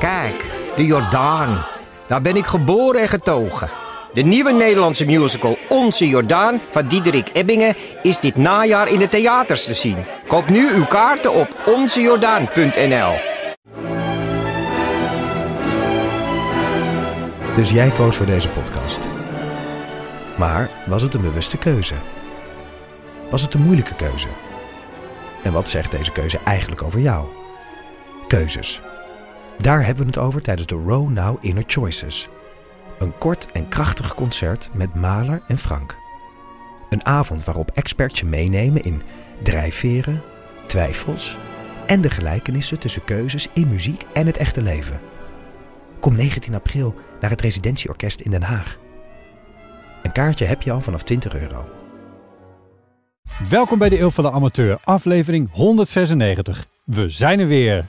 Kijk, de Jordaan. Daar ben ik geboren en getogen. De nieuwe Nederlandse musical Onze Jordaan van Diederik Ebbingen is dit najaar in de theaters te zien. Koop nu uw kaarten op onzejordaan.nl. Dus jij koos voor deze podcast. Maar was het een bewuste keuze? Was het een moeilijke keuze? En wat zegt deze keuze eigenlijk over jou? Keuzes. Daar hebben we het over tijdens de Row Now Inner Choices. Een kort en krachtig concert met Mahler en Frank. Een avond waarop experts je meenemen in drijfveren, twijfels en de gelijkenissen tussen keuzes in muziek en het echte leven. Kom 19 april naar het Residentieorkest in Den Haag. Een kaartje heb je al vanaf €20. Welkom bij de Eeuw van de Amateur, aflevering 196. We zijn er weer.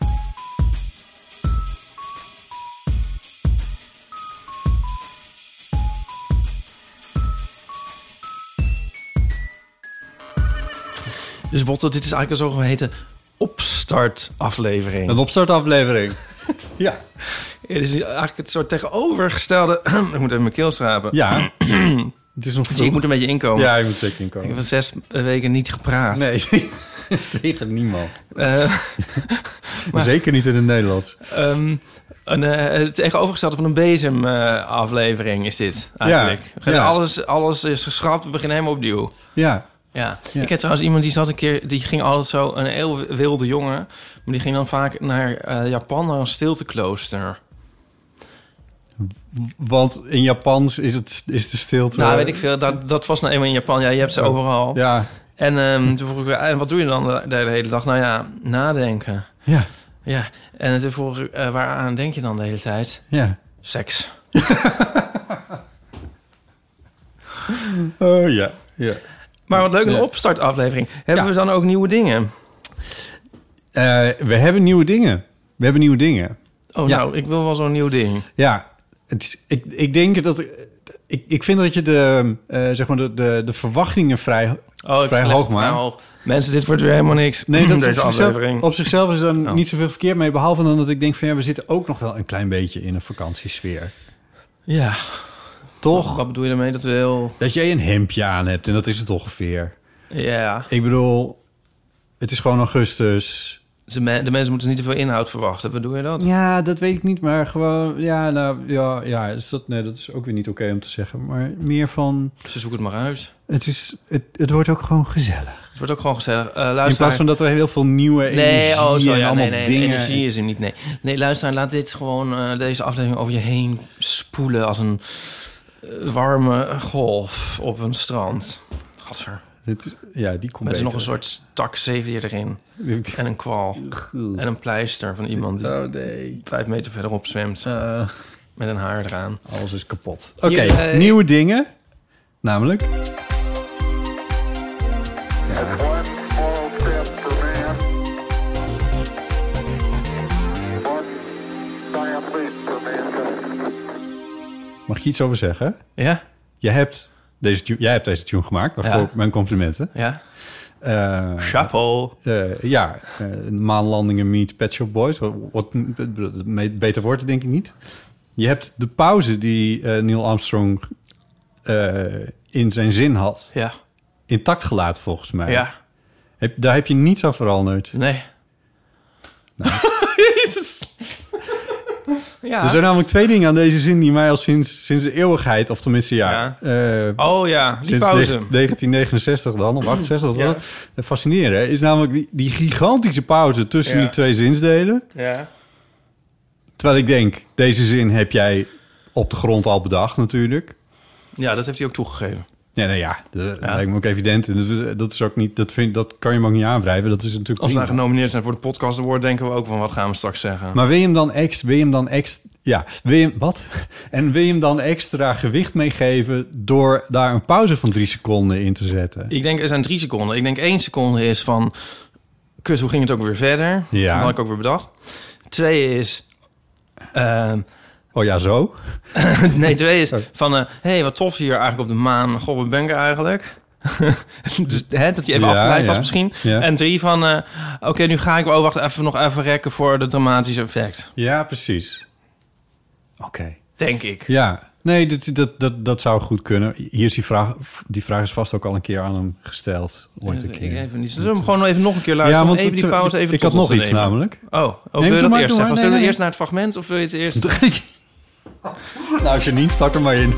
Dus Botte, dit is eigenlijk een zogeheten opstartaflevering. Een opstartaflevering. Ja. Het is eigenlijk het soort tegenovergestelde... Ik moet even mijn keel schrapen. Ja. Het is nog Dus ik moet een beetje inkomen. Ja, je moet zeker inkomen. Ik heb 6 weken niet gepraat. Nee, tegen niemand. Maar zeker niet in het Nederlands. Het tegenovergestelde van een bezemaflevering is dit eigenlijk. Ja. Alles is geschrapt, we beginnen helemaal opnieuw. Ja. Ja. Ik heb trouwens iemand die zat een keer... Die ging altijd zo, een heel wilde jongen... Maar die ging dan vaak naar Japan, naar een stilteklooster. Want in Japans is de stilte... Nou, weet ik veel. Dat was nou eenmaal in Japan. Ja, je hebt ze overal. Ja. En toen vroeg ik... En wat doe je dan de hele dag? Nou ja, nadenken. Ja. Ja. En toen vroeg ik... waaraan denk je dan de hele tijd? Ja. Seks. Oh ja. Ja. Maar wat leuk, een opstartaflevering. Hebben we dan ook nieuwe dingen? We hebben nieuwe dingen. Oh, ja. Nou, ik wil wel zo'n nieuw ding. Ja, ik denk dat... Ik vind dat je de verwachtingen vrij hoog maakt. Mensen, dit wordt weer helemaal niks. Nee, dat deze aflevering. Op zichzelf is er niet zoveel verkeerd mee. Behalve dan dat ik denk van... ja, we zitten ook nog wel een klein beetje in een vakantiesfeer. Ja. Toch? Wat bedoel je daarmee? Dat jij een hemdje aan hebt en dat is het ongeveer. Ja. Ik bedoel, het is gewoon augustus. De mensen moeten niet te veel inhoud verwachten. Wat doe je dat? Ja, dat weet ik niet, maar gewoon... Dus dat is ook weer niet oké om te zeggen. Maar meer van... Ze zoeken het maar uit. Het wordt ook gewoon gezellig. Het wordt ook gewoon gezellig. In plaats van dat er heel veel nieuwe energie en allemaal dingen... energie is er niet, nee, luister, laat dit gewoon... deze aflevering over je heen spoelen als een... warme golf op een strand. Gadver. Die komt met nog een soort takzeevier erin. En een kwal. En een pleister van iemand die 5 meter verderop zwemt. Met een haar eraan. Alles is kapot. Oké, nieuwe dingen. Namelijk... Mag je iets over zeggen? Ja? Jij hebt deze tune gemaakt, waarvoor mijn complimenten. Ja. Chapeau. Maanlandingen meet Pet Shop Boys. Wat beter wordt het denk ik niet. Je hebt de pauze die Neil Armstrong in zijn zin had... intact gelaten volgens mij. Ja. Daar heb je niets aan veranderd. Nee. Nou. Jezus. Ja. Er zijn namelijk 2 dingen aan deze zin die mij al sinds de eeuwigheid, of tenminste die pauze. 1969 dan, of 68 fascineren. Is namelijk die gigantische pauze tussen die 2 zinsdelen. Ja. Terwijl ik denk, deze zin heb jij op de grond al bedacht natuurlijk. Ja, dat heeft hij ook toegegeven. Dat lijkt me ook evident. En dat is ook niet, dat kan je hem ook niet aanwrijven. Dat is natuurlijk als wij genomineerd zijn voor de podcast award, denken we ook van wat gaan we straks zeggen. Maar wil je hem dan extra gewicht meegeven door daar een pauze van 3 seconden in te zetten? Ik denk er zijn 3 seconden. Ik denk 1 seconde is van kut, hoe ging het ook weer verder? Ja. Dat had ik ook weer bedacht. 2 is Oh ja, zo? Nee, 2 is van... hey, wat tof hier eigenlijk op de maan. Goh, wat ben ik eigenlijk? Dus dat hij even afgeleid was misschien. Ja. En 3 van... Oké, nu ga ik... wacht, nog even rekken voor de dramatische effect. Ja, precies. Oké. Denk ik. Ja. Nee, dat zou goed kunnen. Hier is die vraag is vast ook al een keer aan hem gesteld. Ooit een keer. Even niet. Zullen we hem gewoon even nog een keer luisteren? Ja, want even die pauze even ik had nog iets nemen. namelijk. Wil je dat eerst zeggen? Zullen we eerst naar het fragment of wil je het eerst... Nou, Janine, stak er maar in.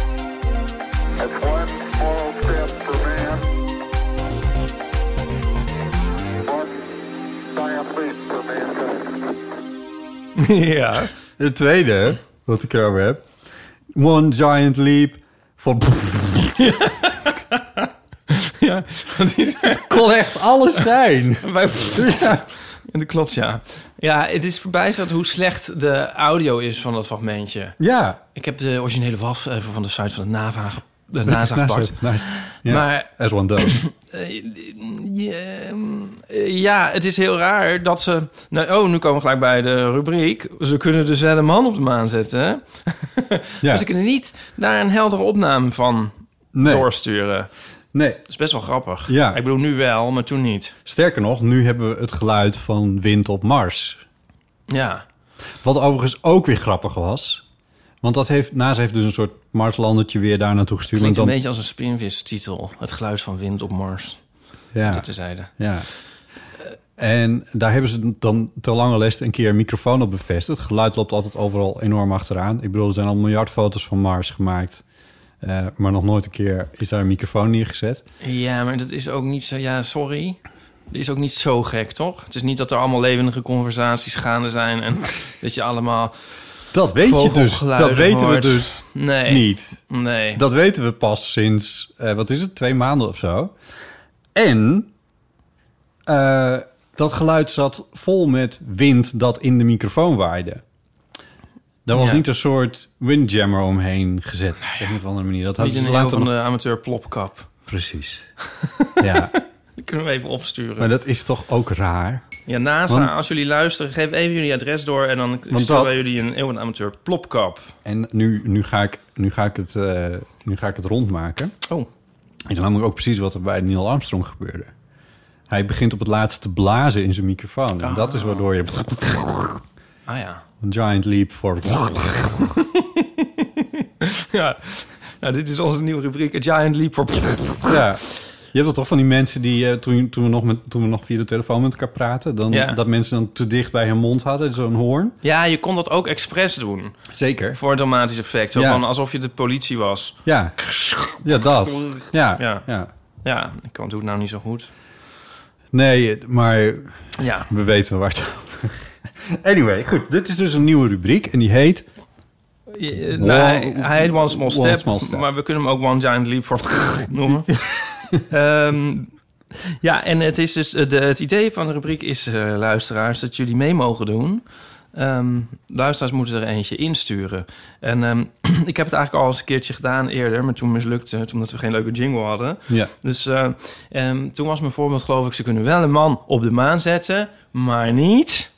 Ja. De tweede, wat ik erover heb. One giant leap for... Ja, het kon echt alles zijn. Dat klopt, ja. Ja, het is verbijsterend hoe slecht de audio is van dat fragmentje. Ja. Ik heb de originele WAV even van de site van de NASA gepakt. Nice. Ja, maar as one does. Ja, het is heel raar dat ze... nu komen we gelijk bij de rubriek. Ze kunnen dus wel een man op de maan zetten. Maar ze kunnen niet daar een heldere opname van doorsturen. Nee. Dat is best wel grappig. Ja. Ik bedoel, nu wel, maar toen niet. Sterker nog, nu hebben we het geluid van wind op Mars. Ja. Wat overigens ook weer grappig was. Want NASA heeft dus een soort Marslandertje weer daar naartoe gestuurd. Klinkt een beetje als een Spinvis-titel. Het geluid van wind op Mars. Ja. Dat terzijde. Ja. En daar hebben ze dan ter lange leste een keer een microfoon op bevestigd. Het geluid loopt altijd overal enorm achteraan. Ik bedoel, er zijn al 1 miljard foto's van Mars gemaakt. Maar nog nooit een keer is daar een microfoon neergezet. Ja, maar dat is ook niet zo... Ja, sorry. Dat is ook niet zo gek, toch? Het is niet dat er allemaal levendige conversaties gaande zijn... en dat je allemaal... Dat weet je dus. Dat weten we dus niet. Nee. Dat weten we pas sinds, 2 maanden of zo. En dat geluid zat vol met wind dat in de microfoon waaide. Daar was niet een soort windjammer omheen gezet. Op een of andere manier. Dat niet een heel van de amateur plopkap. Precies. Ja. Die kunnen we even opsturen. Maar dat is toch ook raar? Ja, NASA, als jullie luisteren, geef even jullie adres door... en dan sturen wij jullie een eeuwen amateur plopkap. En nu ga ik het rondmaken. Oh. Het is namelijk ook precies wat er bij Neil Armstrong gebeurde. Hij begint op het laatst te blazen in zijn microfoon. En dat is waardoor je... Ah ja. Een giant leap for... Ja. Nou, dit is onze nieuwe rubriek. A giant leap for... Ja. Je hebt toch van die mensen die, toen we nog via de telefoon met elkaar praten... dat mensen dan te dicht bij hun mond hadden, zo'n hoorn. Ja, je kon dat ook expres doen. Zeker. Voor een dramatisch effect. Zo van alsof je de politie was. Ja, ja dat. Ja. Ik doe het nou niet zo goed. Nee, maar we weten waar het... Anyway, goed. Dit is dus een nieuwe rubriek en die heet... hij heet One Small Step, maar we kunnen hem ook One Giant Leap for noemen. Ja, en het is dus het idee van de rubriek is, luisteraars, dat jullie mee mogen doen. Luisteraars moeten er eentje insturen. En ik heb het eigenlijk al eens een keertje gedaan eerder, maar toen mislukte het, omdat we geen leuke jingle hadden. Ja. Dus toen was mijn voorbeeld, geloof ik, ze kunnen wel een man op de maan zetten, maar niet...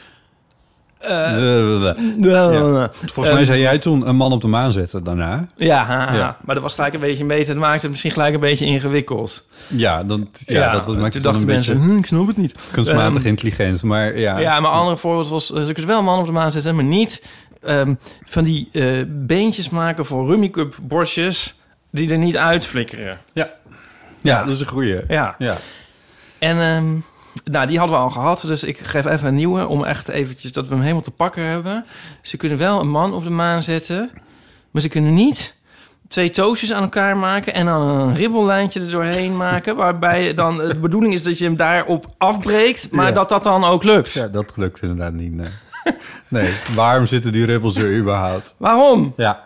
Volgens mij zei jij toen een man op de maan zetten daarna. Ja, maar dat was gelijk een beetje beter. Het maakte het misschien gelijk een beetje ingewikkeld. Ja, dat maakt toen dachten mensen, ik snap het niet. Kunstmatig intelligent, maar ja. Ja, maar een ander voorbeeld was, ze kunnen wel een man op de maan zetten, maar niet van die beentjes maken voor Rummy Cup bordjes die er niet uitflikkeren. Ja, dat is een goeie. Ja. En... nou, die hadden we al gehad, dus ik geef even een nieuwe... om echt eventjes dat we hem helemaal te pakken hebben. Ze kunnen wel een man op de maan zetten... maar ze kunnen niet 2 toosjes aan elkaar maken... en dan een ribbellijntje er doorheen maken... waarbij dan de bedoeling is dat je hem daarop afbreekt... maar dat dan ook lukt. Ja, dat lukt inderdaad niet, nee. Nee, waarom zitten die ribbels er überhaupt? Waarom? Ja.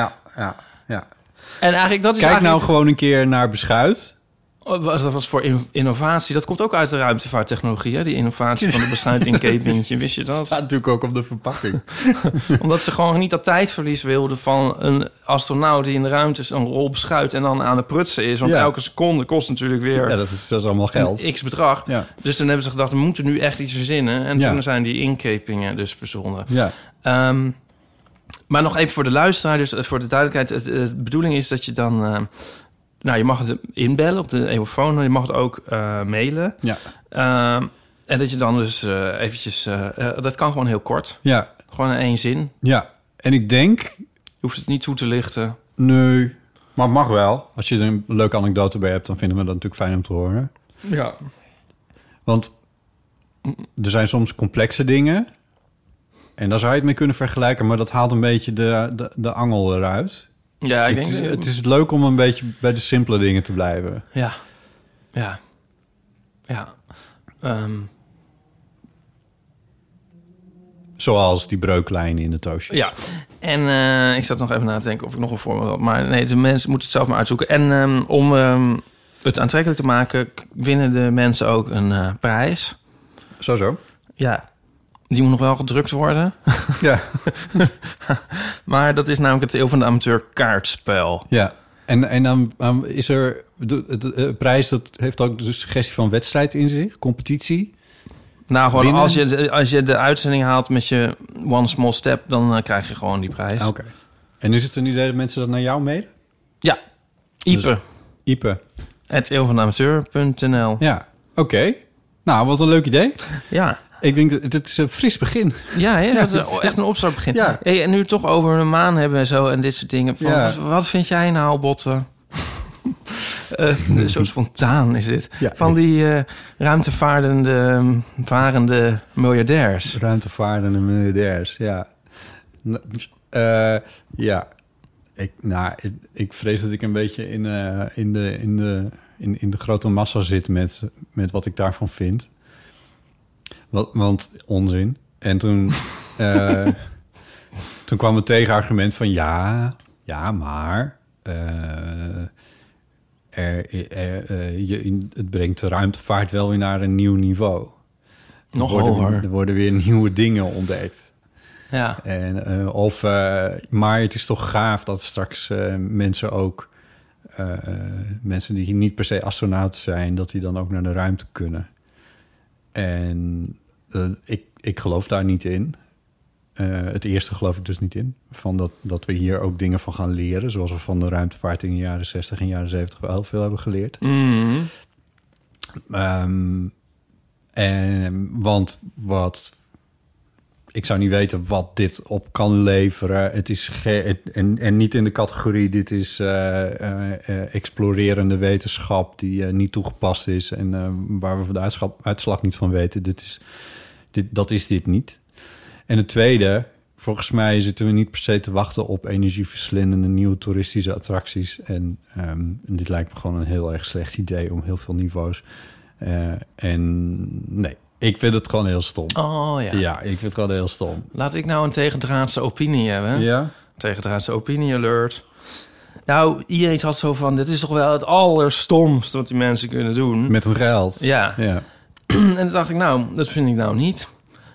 En eigenlijk, dat is Kijk nou gewoon een keer naar beschuit... Dat was voor innovatie. Dat komt ook uit de ruimtevaarttechnologie, hè? Die innovatie van de beschuitinkepingetje. Wist je dat? Dat staat natuurlijk ook op de verpakking. Omdat ze gewoon niet dat tijdverlies wilden van een astronaut die in de ruimte een rol beschuit en dan aan het prutsen is. Want elke seconde kost natuurlijk weer... Ja, dat is allemaal geld. Een x-bedrag. Ja. Dus toen hebben ze gedacht, we moeten nu echt iets verzinnen. En toen zijn die inkepingen dus verzonnen. Ja. Maar nog even voor de luisteraar, dus voor de duidelijkheid. De bedoeling is dat je dan... Nou, je mag het inbellen op de telefoon. Je mag het ook mailen. Ja. En dat je dan dus eventjes... dat kan gewoon heel kort. Ja. Gewoon in 1 zin. Ja. En ik denk... Je hoeft het niet toe te lichten. Nee, maar het mag wel. Als je er een leuke anekdote bij hebt, dan vinden we dat natuurlijk fijn om te horen. Ja. Want er zijn soms complexe dingen. En daar zou je het mee kunnen vergelijken. Maar dat haalt een beetje de angel eruit. Ja, ik denk... Het is leuk om een beetje bij de simpele dingen te blijven. Ja. Ja. Zoals die breuklijnen in de toastjes. Ja. En ik zat nog even na te denken of ik nog een voorbeeld had. Maar nee, de mensen moeten het zelf maar uitzoeken. En om het aantrekkelijk te maken, winnen de mensen ook een prijs. Zo. Ja. Die moet nog wel gedrukt worden. Ja. Maar dat is namelijk het Eeuw van de Amateur kaartspel. Ja. En dan is er... De prijs, dat heeft ook de suggestie van wedstrijd in zich. Competitie. Nou, gewoon als je de uitzending haalt met je One Small Step... dan krijg je gewoon die prijs. Oké. En is het een idee dat mensen dat naar jou mailen? Ja. Ipe. Dus, Ipe. @eeuwvandeamateur.nl. Ja. Oké. Nou, wat een leuk idee. Ja. Ik denk dat het is een fris begin. Ja, hè? Dat is echt een opstartbegin. Ja. Hey, en nu toch over een maan hebben en zo en dit soort dingen. Wat vind jij nou, Botte? Zo spontaan is dit. Ja, van die ruimtevarende miljardairs. Ruimtevaardende miljardairs, ja. Ja. Ik vrees dat ik een beetje in de grote massa zit met wat ik daarvan vind. Want onzin. En toen kwam het tegenargument van maar... het brengt de ruimtevaart wel weer naar een nieuw niveau. Nog hoger. Er worden weer nieuwe dingen ontdekt. Ja. Maar het is toch gaaf dat straks mensen ook... mensen die niet per se astronauten zijn... dat die dan ook naar de ruimte kunnen. En ik geloof daar niet in. Het eerste geloof ik dus niet in. Van dat we hier ook dingen van gaan leren. Zoals we van de ruimtevaart in de jaren 60 en jaren 70 wel heel veel hebben geleerd. Mm-hmm. Want ik zou niet weten wat dit op kan leveren. Het is en niet in de categorie... dit is explorerende wetenschap die niet toegepast is... en waar we de uitslag niet van weten. Dat is dit niet. En het tweede, volgens mij zitten we niet per se te wachten... op energieverslindende nieuwe toeristische attracties. En dit lijkt me gewoon een heel erg slecht idee... om heel veel niveaus. Nee, ik vind het gewoon heel stom. Oh ja. Ja, ik vind het gewoon heel stom. Laat ik nou een tegendraadse opinie hebben. Ja? Tegendraadse opinie alert. Nou, iedereen had zo van... dit is toch wel het allerstomste wat die mensen kunnen doen. Met hun geld. Ja. En toen dacht ik, nou, dat vind ik nou niet.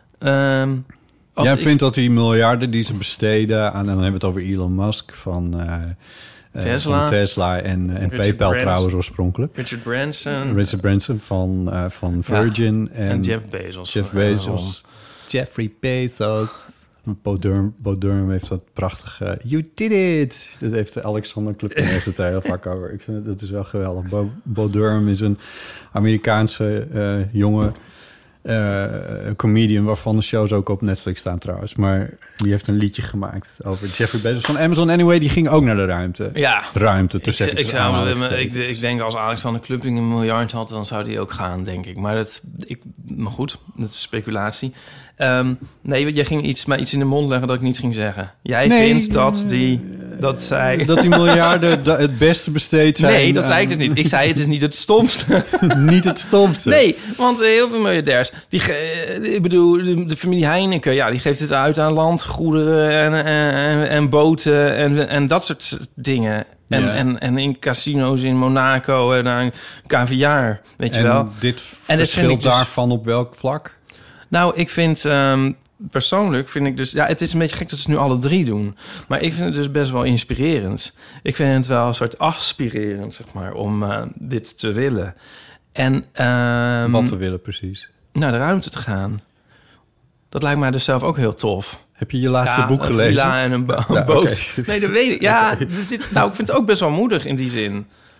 Jij vindt dat die miljarden die ze besteden... aan, en dan hebben we het over Elon Musk van Tesla en PayPal trouwens oorspronkelijk. Richard Branson van Virgin. Ja. En Jeff Bezos. Jeffrey Bezos. Bo Durham heeft dat prachtige... You did it! Dat heeft Alexander Klupping heeft het daar heel vaak over. Ik vind dat is wel geweldig. Bo Durham is een Amerikaanse jongen... comedian waarvan de shows ook op Netflix staan trouwens. Maar die heeft een liedje gemaakt over Jeffrey Bezos van Amazon. Anyway, die ging ook naar de ruimte. Ja. Ruimte. Ik denk als Alexander Klupping $1 miljard had, dan zou die ook gaan, denk ik. Maar goed, dat is speculatie. Nee, jij ging mij iets in de mond leggen dat ik niet ging zeggen. Jij vindt dat zij... Dat die miljarden het beste besteed zijn. Nee, dat zei ik dus niet. Ik zei het is niet het stomste. Niet het stomste? Nee, want heel veel miljardairs... ik bedoel, de familie Heineken... ja, die geeft het uit aan landgoederen en boten en dat soort dingen. En in casino's in Monaco en aan caviar, weet je wel. Dit verschilt daarvan op welk vlak? Nou, ik vind... persoonlijk vind ik dus... Ja, het is een beetje gek dat ze het nu alle drie doen. Maar ik vind het dus best wel inspirerend. Ik vind het wel een soort aspirerend, zeg maar... om dit te willen. En, wat te willen, precies? Naar de ruimte te gaan. Dat lijkt mij dus zelf ook heel tof. Heb je laatste boek gelezen? Een villa en een boot. Okay. Nee, dat weet ik. Ja, ik vind het ook best wel moedig in die zin.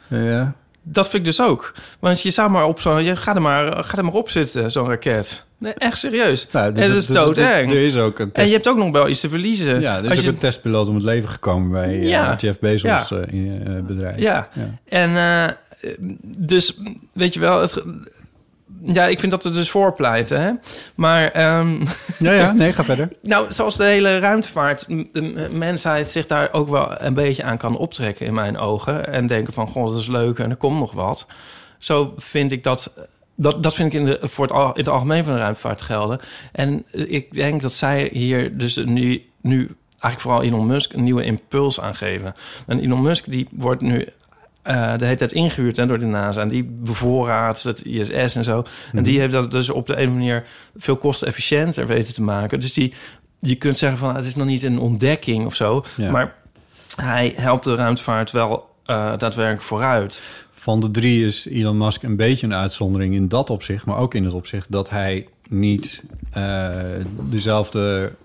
Ja. Dat vind ik dus ook. Want je zou maar op ga er maar op zitten, zo'n raket. Nee, echt serieus. Nou, dus en dat is doodeng. Er is ook een test. En je hebt ook nog wel iets te verliezen. Ja, er is ook een testpiloot om het leven gekomen bij Jeff Bezos bedrijf. Ja. En dus, weet je wel... ik vind dat er dus voor pleiten, hè. Maar... nee, ga verder. Nou, zoals de hele ruimtevaart... de mensheid zich daar ook wel een beetje aan kan optrekken in mijn ogen. En denken van, god, dat is leuk en er komt nog wat. Zo vind ik dat vind ik in het algemeen van de ruimtevaart gelden. En ik denk dat zij hier dus nu eigenlijk vooral Elon Musk een nieuwe impuls aan geven. En Elon Musk die wordt nu de hele tijd ingehuurd door de NASA. En die bevoorraadt het ISS en zo. En die heeft dat dus op de een manier veel kostenefficiënter weten te maken. Dus je kunt zeggen van het is nog niet een ontdekking of zo. Ja. Maar hij helpt de ruimtevaart wel daadwerkelijk vooruit. Van de 3 is Elon Musk een beetje een uitzondering in dat opzicht, maar ook in het opzicht dat hij niet dezelfde...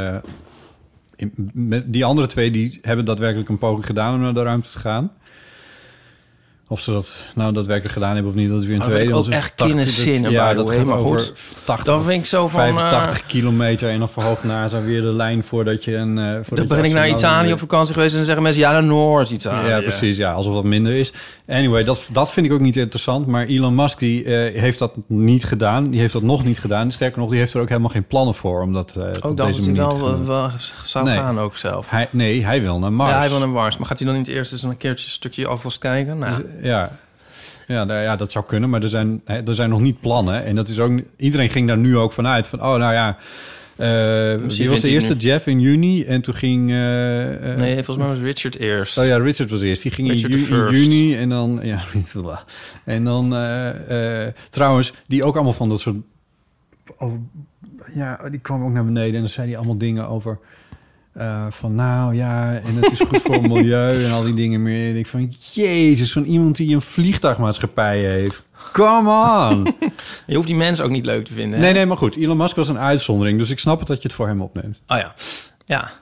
die andere 2 die hebben daadwerkelijk een poging gedaan om naar de ruimte te gaan. Of ze dat nou daadwerkelijk gedaan hebben of niet, dat is weer een tweede. Dat is ook echt kinderzinnen. Ja, dat gaat over 80, dan vind ik zo van 85 kilometer en dan verhoogt NASA weer de lijn voordat je een... dan ben ik naar Italië op vakantie geweest en dan zeggen mensen... ja, naar Noord-Italië. Ja, precies. Ja, alsof dat minder is. Anyway, dat vind ik ook niet interessant. Maar Elon Musk die heeft dat niet gedaan. Die heeft dat nog niet gedaan. Sterker nog, die heeft er ook helemaal geen plannen voor. Omdat ook dan is hij wel zou gaan ook zelf. Hij wil naar Mars. Ja, hij wil naar Mars. Maar gaat hij dan niet eerst eens een keertje een stukje alvast kijken? Nou... Ja, dat zou kunnen, maar er zijn nog niet plannen. En dat is ook... Iedereen ging daar nu ook vanuit. Van, die was de eerste, Jeff, in juni. En toen ging... nee, volgens mij was Richard eerst. Oh ja, Richard was eerst. Die ging in juni en dan... Ja, en dan... trouwens, die ook allemaal van dat soort... die kwam ook naar beneden. En dan zei hij allemaal dingen over... en het is goed voor het milieu en al die dingen meer. En ik van, jezus, van iemand die een vliegtuigmaatschappij heeft. Come on! Je hoeft die mensen ook niet leuk te vinden. Hè? Nee, maar goed. Elon Musk was een uitzondering, dus ik snap het dat je het voor hem opneemt. Oh ja. Ja.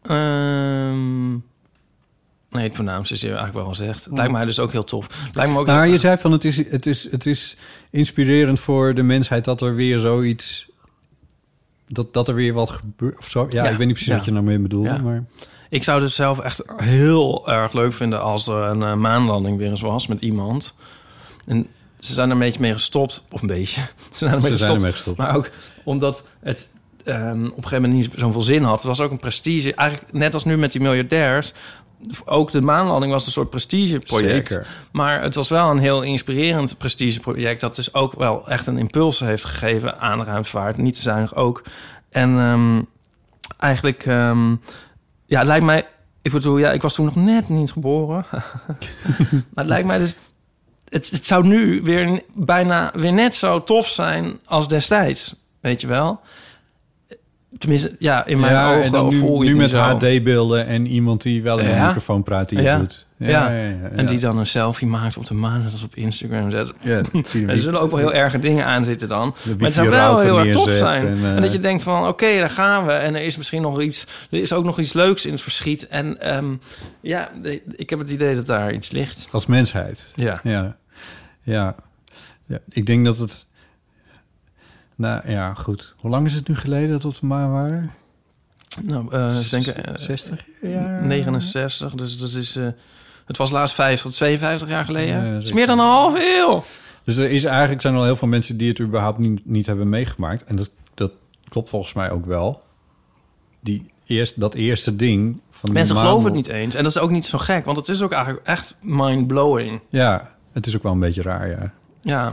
Nee, het voornaamste is hier eigenlijk wel gezegd. Het lijkt mij dus ook heel tof. Lijkt me ook je zei van, het is inspirerend voor de mensheid dat er weer zoiets... Dat er weer wat gebeurt of zo. Ja, ik weet niet precies wat je nou mee bedoelde. Ja. Maar... Ik zou dus zelf echt heel erg leuk vinden... als er een maanlanding weer eens was met iemand. En ze zijn er een beetje mee gestopt. Of een beetje. Ze zijn ermee gestopt. Maar ook omdat het op een gegeven moment niet zoveel zin had. Het was ook een prestige. Eigenlijk net als nu met die miljardairs... Ook de maanlanding was een soort prestigeproject. Zeker. Maar het was wel een heel inspirerend prestigeproject... dat dus ook wel echt een impuls heeft gegeven aan de ruimtevaart. Niet te zuinig ook. En eigenlijk... het lijkt mij... Ik bedoel, ik was toen nog net niet geboren. Maar het lijkt mij dus... Het zou nu bijna weer net zo tof zijn als destijds. Weet je wel? Tenminste, in mijn ogen. En dan nu met HD-beelden en iemand die wel in een microfoon praat die je doet. Ja. En die dan een selfie maakt op de maan en dat op Instagram zet. Ja, er zullen ook wel heel erge dingen aan zitten dan. Maar het zou wel heel erg tof zijn. En dat je denkt van, oké, daar gaan we. En er is misschien nog iets... Er is ook nog iets leuks in het verschiet. En ik heb het idee dat daar iets ligt. Als mensheid. Ja. Ik denk dat het... Nou ja, goed. Hoe lang is het nu geleden dat we op de maan waren? Nou, ik denk 60 jaar? 69, dus dat is... het was laatst 50 tot 52 jaar geleden. Het is meer dan een half eeuw. Dus zijn er al heel veel mensen die het überhaupt niet hebben meegemaakt. En dat klopt volgens mij ook wel. Dat eerste ding van mensen geloven het niet eens. En dat is ook niet zo gek, want het is ook eigenlijk echt mind-blowing. Ja, het is ook wel een beetje raar, ja. Ja.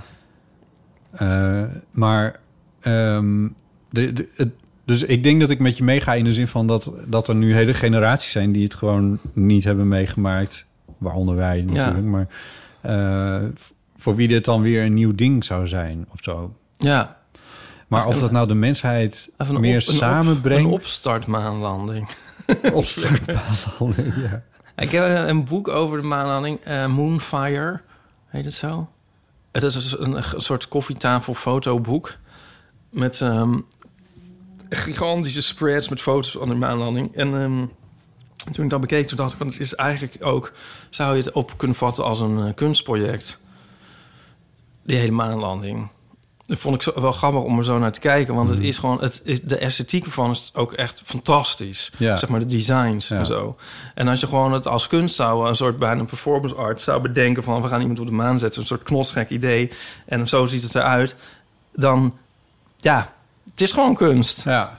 Maar... dus ik denk dat ik met je meega in de zin van dat er nu hele generaties zijn die het gewoon niet hebben meegemaakt. Waaronder wij natuurlijk. Maar voor wie dit dan weer een nieuw ding zou zijn of zo. Ja. Maar of dat nou de mensheid meer samenbrengt. Een opstartmaanlanding. Opstartmaanlanding, ja. Ik heb een boek over de maanlanding. Moonfire, heet het zo? Het is een soort koffietafel-fotoboek met gigantische spreads met foto's van de maanlanding. En Toen ik dat bekeek, toen dacht ik van... het is eigenlijk ook... zou je het op kunnen vatten als een kunstproject? Die hele maanlanding. Dat vond ik wel grappig om er zo naar te kijken. Want het is gewoon... de esthetiek ervan is ook echt fantastisch. Ja. Zeg maar de designs en zo. En als je gewoon het als kunst zou... een soort bijna performance art zou bedenken van... we gaan iemand op de maan zetten. Een soort knotsgek idee. En zo ziet het eruit. Dan... ja, het is gewoon kunst. Ja.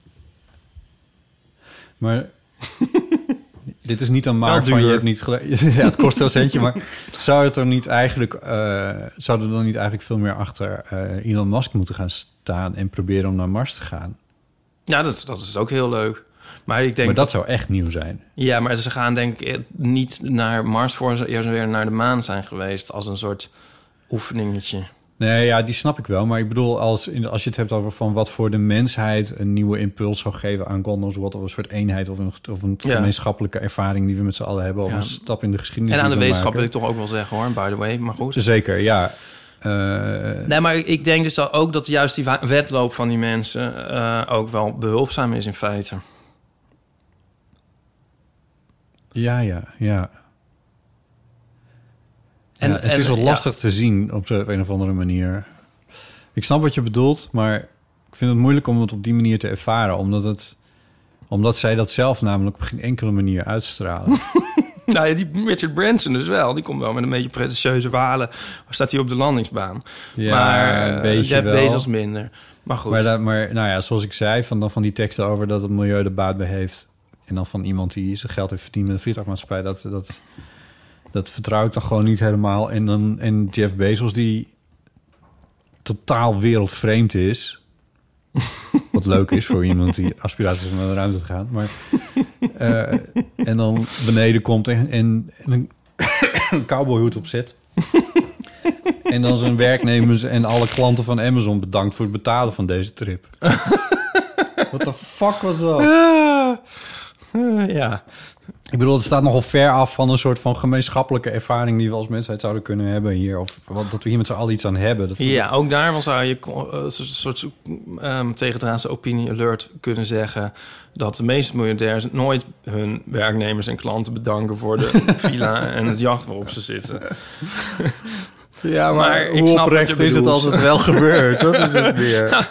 Maar... dit is niet een maar van je hebt niet gelijk. Ja, het kost wel een centje, maar zou er dan niet eigenlijk veel meer achter Elon Musk moeten gaan staan en proberen om naar Mars te gaan? Ja, dat is ook heel leuk. Maar ik denk... maar dat zou echt nieuw zijn. Ja, maar ze gaan denk ik niet naar Mars voor ze eerst weer naar de maan zijn geweest als een soort oefeningetje. Nee, ja, die snap ik wel. Maar ik bedoel, als je het hebt over van wat voor de mensheid een nieuwe impuls zou geven aan Gondels, wat of een soort eenheid of een gemeenschappelijke ervaring die we met z'n allen hebben, of een stap in de geschiedenis. En aan de wetenschap wil ik toch ook wel zeggen, hoor, by the way. Maar goed. Zeker, ja. Nee, maar ik denk dus ook dat juist die wedloop van die mensen ook wel behulpzaam is in feite. Ja. En het is wat lastig te zien op een of andere manier. Ik snap wat je bedoelt, maar ik vind het moeilijk om het op die manier te ervaren. Omdat zij dat zelf namelijk op geen enkele manier uitstralen. Nou ja, die Richard Branson dus wel. Die komt wel met een beetje pretentieuze verhalen. Waar staat hij op de landingsbaan? Ja, maar een beetje Jeff wel. Bezos minder. Maar goed. Maar nou ja, zoals ik zei, van die teksten over dat het milieu er baat bij heeft. En dan van iemand die zijn geld heeft verdiend met een vliegtuigmaatschappij. Dat vertrouw ik dan gewoon niet helemaal. En Jeff Bezos, die totaal wereldvreemd is. Wat leuk is voor iemand die aspiraties heeft om naar de ruimte te gaan. Maar, en dan beneden komt en een cowboyhoed opzet. En dan zijn werknemers en alle klanten van Amazon bedankt voor het betalen van deze trip. What the fuck was dat? Ja. Ik bedoel, het staat nogal ver af van een soort van gemeenschappelijke ervaring die we als mensheid zouden kunnen hebben hier. Of dat we hier met z'n allen iets aan hebben. Ook daarvan zou je een soort tegendraadse opinie alert kunnen zeggen dat de meeste miljardairs nooit hun werknemers en klanten bedanken voor de villa en het jacht waarop ze zitten. Ja, maar ik snap oprecht is het als het wel gebeurt. Wat is het weer?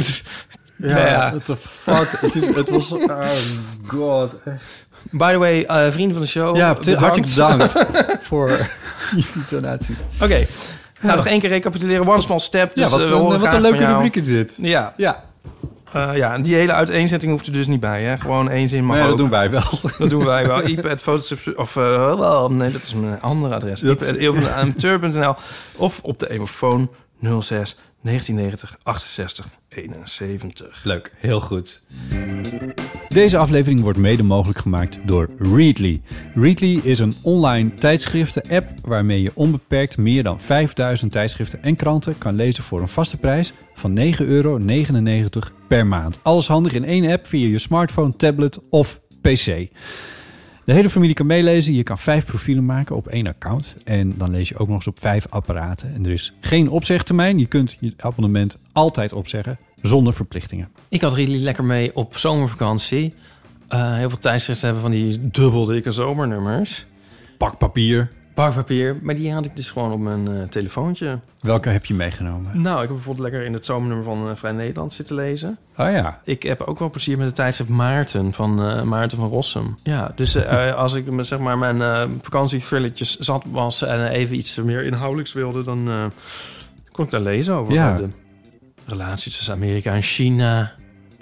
What the fuck? Het was... Oh god, echt. By the way, vrienden van de show. Ja, hartelijk bedankt voor jullie donaties. Oké. Nou, nog één keer recapituleren. One Small Step. Dus, wat een leuke rubriek is dit. Ja. Die hele uiteenzetting hoeft er dus niet bij, hè? Gewoon één zin mag ook. Dat doen wij wel. Dat doen wij wel. Ipe@fotostrips... Of, nee, dat is mijn andere adres. Ipe@eeuwvandeamateur.nl of op de emofoon 06 1990 68 71. Leuk, heel goed. Deze aflevering wordt mede mogelijk gemaakt door Readly. Readly is een online tijdschriften-app waarmee je onbeperkt meer dan 5000 tijdschriften en kranten kan lezen voor een vaste prijs van €9,99 per maand. Alles handig in één app via je smartphone, tablet of PC. De hele familie kan meelezen. Je kan 5 profielen maken op 1 account. En dan lees je ook nog eens op 5 apparaten. En er is geen opzegtermijn. Je kunt je abonnement altijd opzeggen zonder verplichtingen. Ik had Readly lekker mee op zomervakantie. Heel veel tijdschriften hebben van die dubbeldikke zomernummers. Pakpapier. Maar die had ik dus gewoon op mijn telefoontje. Welke heb je meegenomen? Nou, ik heb bijvoorbeeld lekker in het zomernummer van Vrij Nederland zitten lezen. Oh ja. Ik heb ook wel plezier met het tijdschrift Maarten van Rossum. Ja, dus als ik zeg maar mijn vakantiethrilletjes zat was en even iets meer inhoudelijks wilde, dan kon ik daar lezen over. Ja. De relatie tussen Amerika en China.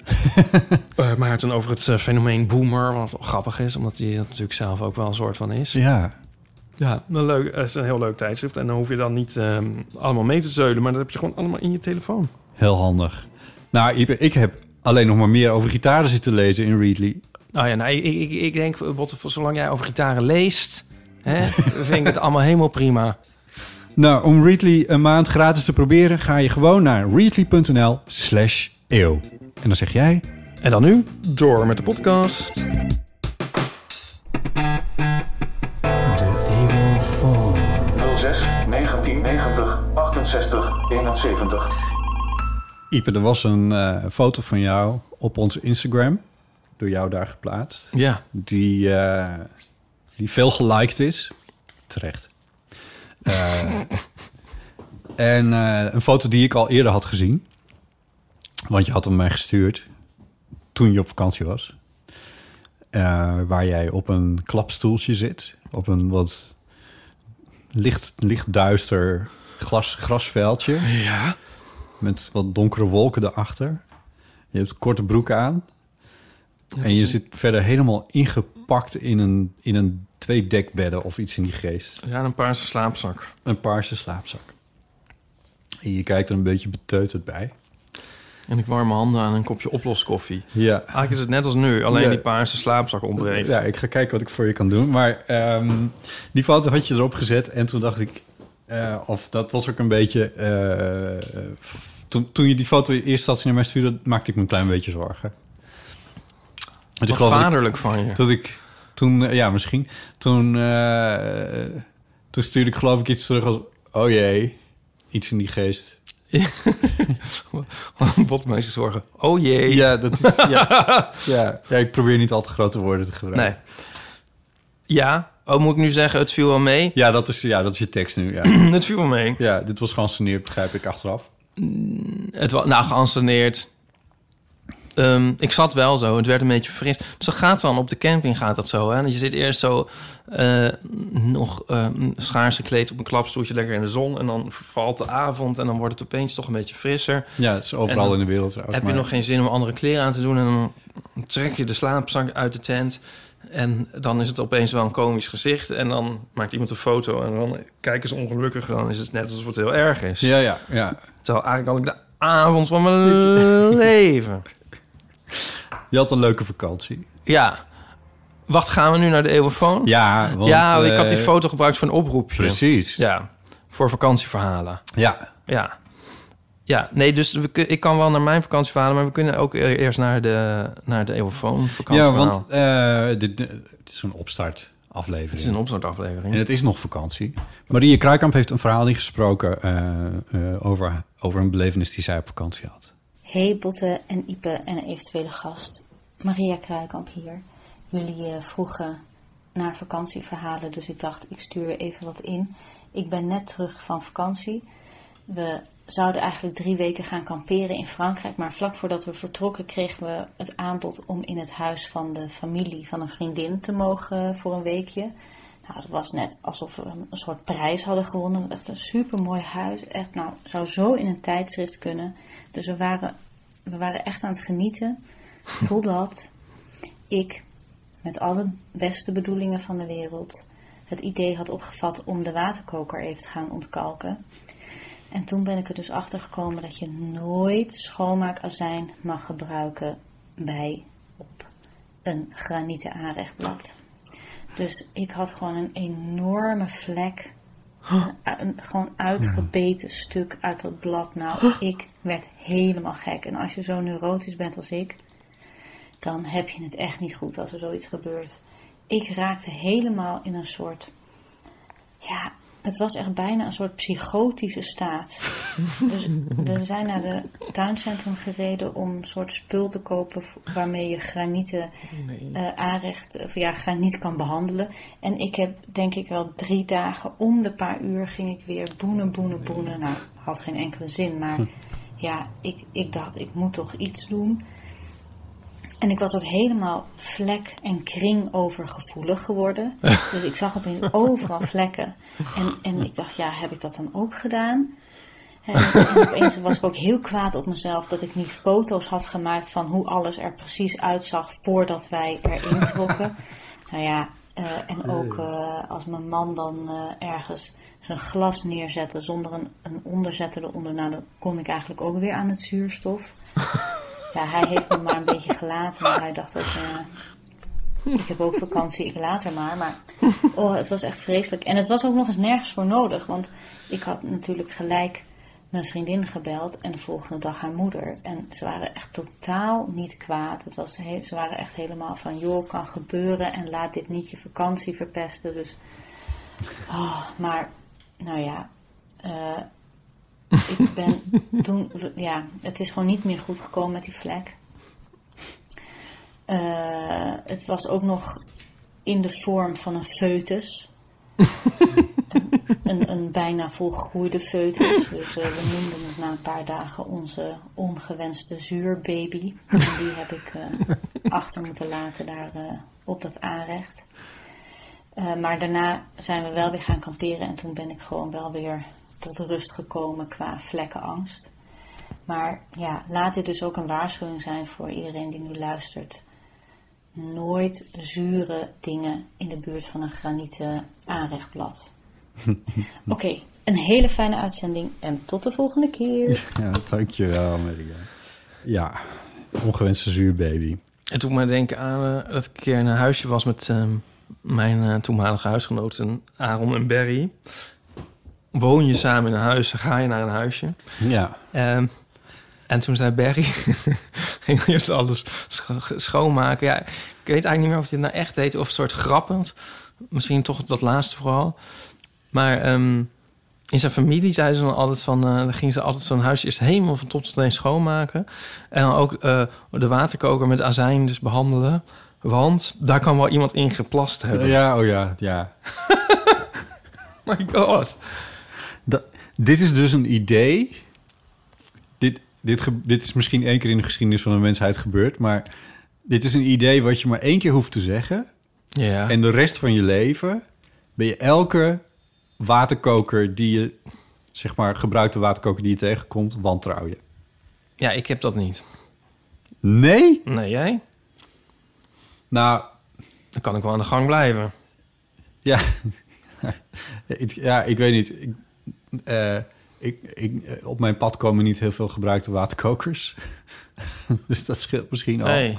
Maarten over het fenomeen boomer, wat grappig is, omdat hij dat natuurlijk zelf ook wel een soort van is. Ja. Ja, leuk. Het is een heel leuk tijdschrift. En dan hoef je dan niet allemaal mee te zeulen, maar dat heb je gewoon allemaal in je telefoon. Heel handig. Nou, ik heb alleen nog maar meer over gitaren zitten lezen in Readly. Nou ja, ik denk, zolang jij over gitaren leest, vind ik het allemaal helemaal prima. Nou, om Readly een maand gratis te proberen, ga je gewoon naar readly.nl/eeuw. En dan zeg jij... En dan nu, door met de podcast. De Eeuwenfoon. 06 1990 68 71. Ipe, er was een foto van jou op ons Instagram. door jou daar geplaatst. Ja. Die veel geliked is. Terecht. En een foto die ik al eerder had gezien. Want je had hem mij gestuurd toen je op vakantie was. Waar jij op een klapstoeltje zit. Op een wat licht duister grasveldje. Ja. Met wat donkere wolken daarachter. Je hebt korte broek aan. En je zit verder helemaal ingepakt in een 2 dekbedden of iets in die geest. Ja, een paarse slaapzak. Een paarse slaapzak. En je kijkt er een beetje beteuterd bij. En ik warm mijn handen aan een kopje oploskoffie. Ja. Eigenlijk is het net als nu, alleen die paarse slaapzak ontbreekt. Ja, ik ga kijken wat ik voor je kan doen. Maar die foto had je erop gezet en toen dacht ik... of dat was ook een beetje... Toen je die foto eerst had naar mij stuurde, maakte ik me een klein beetje zorgen. Wat vaderlijk van je. Dat ik toen... ja, misschien. Toen stuurde ik geloof ik iets terug als... Oh jee, iets in die geest. Botmeisjes zorgen. Oh jee. Ja, dat is... Ja, ik probeer niet al te grote woorden te gebruiken. Nee. Ja. Oh, moet ik nu zeggen, het viel wel mee? Ja, dat is je tekst nu. Ja. Het viel wel mee. Ja, dit was geanceneerd, begrijp ik, achteraf. Het was geanceneerd. Ik zat wel zo. Het werd een beetje fris. Dus dat gaat dan op de camping gaat dat zo. Hè? Je zit eerst zo nog schaars gekleed op een klapstoeltje lekker in de zon. En dan valt de avond en dan wordt het opeens toch een beetje frisser. Ja, het is overal dan in de wereld. Heb je nog geen zin om andere kleren aan te doen. En dan trek je de slaapzak uit de tent. En dan is het opeens wel een komisch gezicht. En dan maakt iemand een foto en dan kijken ze ongelukkig. Dan is het net alsof het heel erg is. Ja. Terwijl eigenlijk had ik de avond van mijn leven. Je had een leuke vakantie. Ja. Wacht, gaan we nu naar de eeuwenfoon? Ja, want... Ja, ik had die foto gebruikt voor een oproepje. Precies. Ja, voor vakantieverhalen. Ja. Ja, nee, dus ik kan wel naar mijn vakantieverhalen... maar we kunnen ook eerst naar de eeuwenfoon vakantieverhaal. Ja, want dit is een opstartaflevering. Het is een opstartaflevering. En het is nog vakantie. Marie Kruikamp heeft een verhaal ingesproken... over een belevenis die zij op vakantie had. Hey Botte en Ipe en een eventuele gast. Maria Kruikamp hier. Jullie vroegen naar vakantieverhalen, dus ik dacht ik stuur even wat in. Ik ben net terug van vakantie. We zouden eigenlijk 3 weken gaan kamperen in Frankrijk, maar vlak voordat we vertrokken kregen we het aanbod om in het huis van de familie van een vriendin te mogen voor een weekje. Nou, het was net alsof we een soort prijs hadden gewonnen. Echt een supermooi huis. Echt, zou zo in een tijdschrift kunnen. Dus we waren echt aan het genieten. Totdat ik, met alle beste bedoelingen van de wereld, het idee had opgevat om de waterkoker even te gaan ontkalken. En toen ben ik er dus achter gekomen dat je nooit schoonmaakazijn mag gebruiken op een granieten aanrechtblad. Dus ik had gewoon een enorme vlek, een gewoon uitgebeten stuk uit dat blad. Nou, ik werd helemaal gek. En als je zo neurotisch bent als ik, dan heb je het echt niet goed als er zoiets gebeurt. Ik raakte helemaal in een soort, het was echt bijna een soort psychotische staat. Dus we zijn naar de tuincentrum gereden om een soort spul te kopen waarmee je granieten graniet kan behandelen. En ik heb denk ik wel 3 dagen om de paar uur ging ik weer boenen. Nou, had geen enkele zin, maar ik dacht ik moet toch iets doen. En ik was ook helemaal vlek- en kringovergevoelig geworden. Dus ik zag opeens overal vlekken. En ik dacht, heb ik dat dan ook gedaan? En opeens was ik ook heel kwaad op mezelf dat ik niet foto's had gemaakt van hoe alles er precies uitzag voordat wij erin trokken. En ook als mijn man dan ergens zijn glas neerzette zonder een onderzetter eronder, dan kon ik eigenlijk ook weer aan het zuurstof. Ja, hij heeft me maar een beetje gelaten, maar hij dacht ook, ik heb ook vakantie, ik laat er maar het was echt vreselijk. En het was ook nog eens nergens voor nodig, want ik had natuurlijk gelijk mijn vriendin gebeld en de volgende dag haar moeder. En ze waren echt totaal niet kwaad. Ze waren echt helemaal van, joh, kan gebeuren en laat dit niet je vakantie verpesten. Dus, ik ben toen, het is gewoon niet meer goed gekomen met die vlek. het was ook nog in de vorm van een foetus. een bijna volgroeide foetus. Dus we noemden het na een paar dagen onze ongewenste zuurbaby. En die heb ik achter moeten laten daar op dat aanrecht. Maar daarna zijn we wel weer gaan kamperen. En toen ben ik gewoon wel weer tot rust gekomen qua vlekkenangst. Maar ja, laat dit dus ook een waarschuwing zijn voor iedereen die nu luistert. Nooit zure dingen in de buurt van een granieten aanrechtblad. Oké, een hele fijne uitzending en tot de volgende keer. Ja, dankjewel, Maria. Ja, ongewenste zuurbaby. Het doet me denken aan dat ik een keer in een huisje was met mijn toenmalige huisgenoten Aaron en Barry. Woon je samen in een huis, ga je naar een huisje. Ja. En toen zei Barry, ging eerst alles schoonmaken. Ja, ik weet eigenlijk niet meer of hij het nou echt deed of een soort grappend. Misschien toch dat laatste vooral. Maar in zijn familie zeiden ze dan altijd van... dan gingen ze altijd zo'n huisje eerst helemaal van top tot teen schoonmaken. En dan ook de waterkoker met azijn dus behandelen. Want daar kan wel iemand in geplast hebben. Ja, oh ja, ja. My god. Dit is dus een idee. Dit is misschien 1 keer in de geschiedenis van de mensheid gebeurd. Maar dit is een idee wat je maar 1 keer hoeft te zeggen. Ja. En de rest van je leven ben je elke waterkoker die je, zeg maar, gebruikte waterkoker die je tegenkomt, wantrouw je. Ja, ik heb dat niet. Nee? Nee, jij? Nou... Dan kan ik wel aan de gang blijven. Ja. Ja, ik weet niet. Op mijn pad komen niet heel veel gebruikte waterkokers. Dus dat scheelt misschien al. Nee.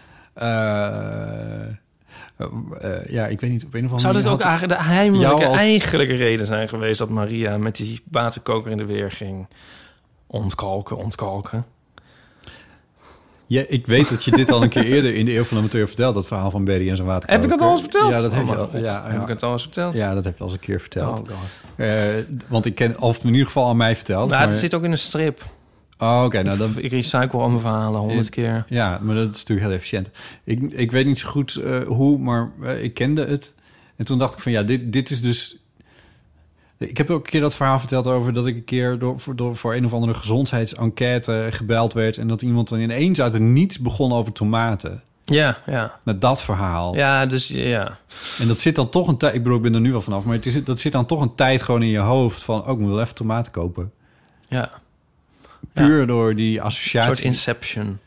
Ja, ik weet niet. Op een of andere Zou dit ook eigenlijk de heimelijke eigenlijke reden zijn geweest... dat Maria met die waterkoker in de weer ging ontkalken? Ja, ik weet dat je dit al een keer eerder in de Eeuw van de Amateur verteld... dat verhaal van Barry en zijn waterkoker. Heb ik het al eens verteld? Ja, dat heb je al. Heb ik het al eens verteld? Ja, dat heb je al eens een keer verteld. Oh god. Want ik ken, of in ieder geval aan mij verteld. Nou, het zit ook in een strip. Oh, oké. Nou, dan... Ik recycle al mijn verhalen 100 keer. Ja, maar dat is natuurlijk heel efficiënt. Ik weet niet zo goed hoe, maar ik kende het. En toen dacht ik van ja, dit is dus... Ik heb ook een keer dat verhaal verteld over dat ik een keer voor een of andere gezondheidsenquête gebeld werd... en dat iemand dan ineens uit het niets begon over tomaten. Ja, ja. Met dat verhaal. Ja, dus ja. En dat zit dan toch een tijd... Ik bedoel, ik ben er nu wel vanaf, maar dat zit dan toch een tijd gewoon in je hoofd van... oh, ik moet wel even tomaten kopen. Ja. Puur door die associatie. Een soort Inception.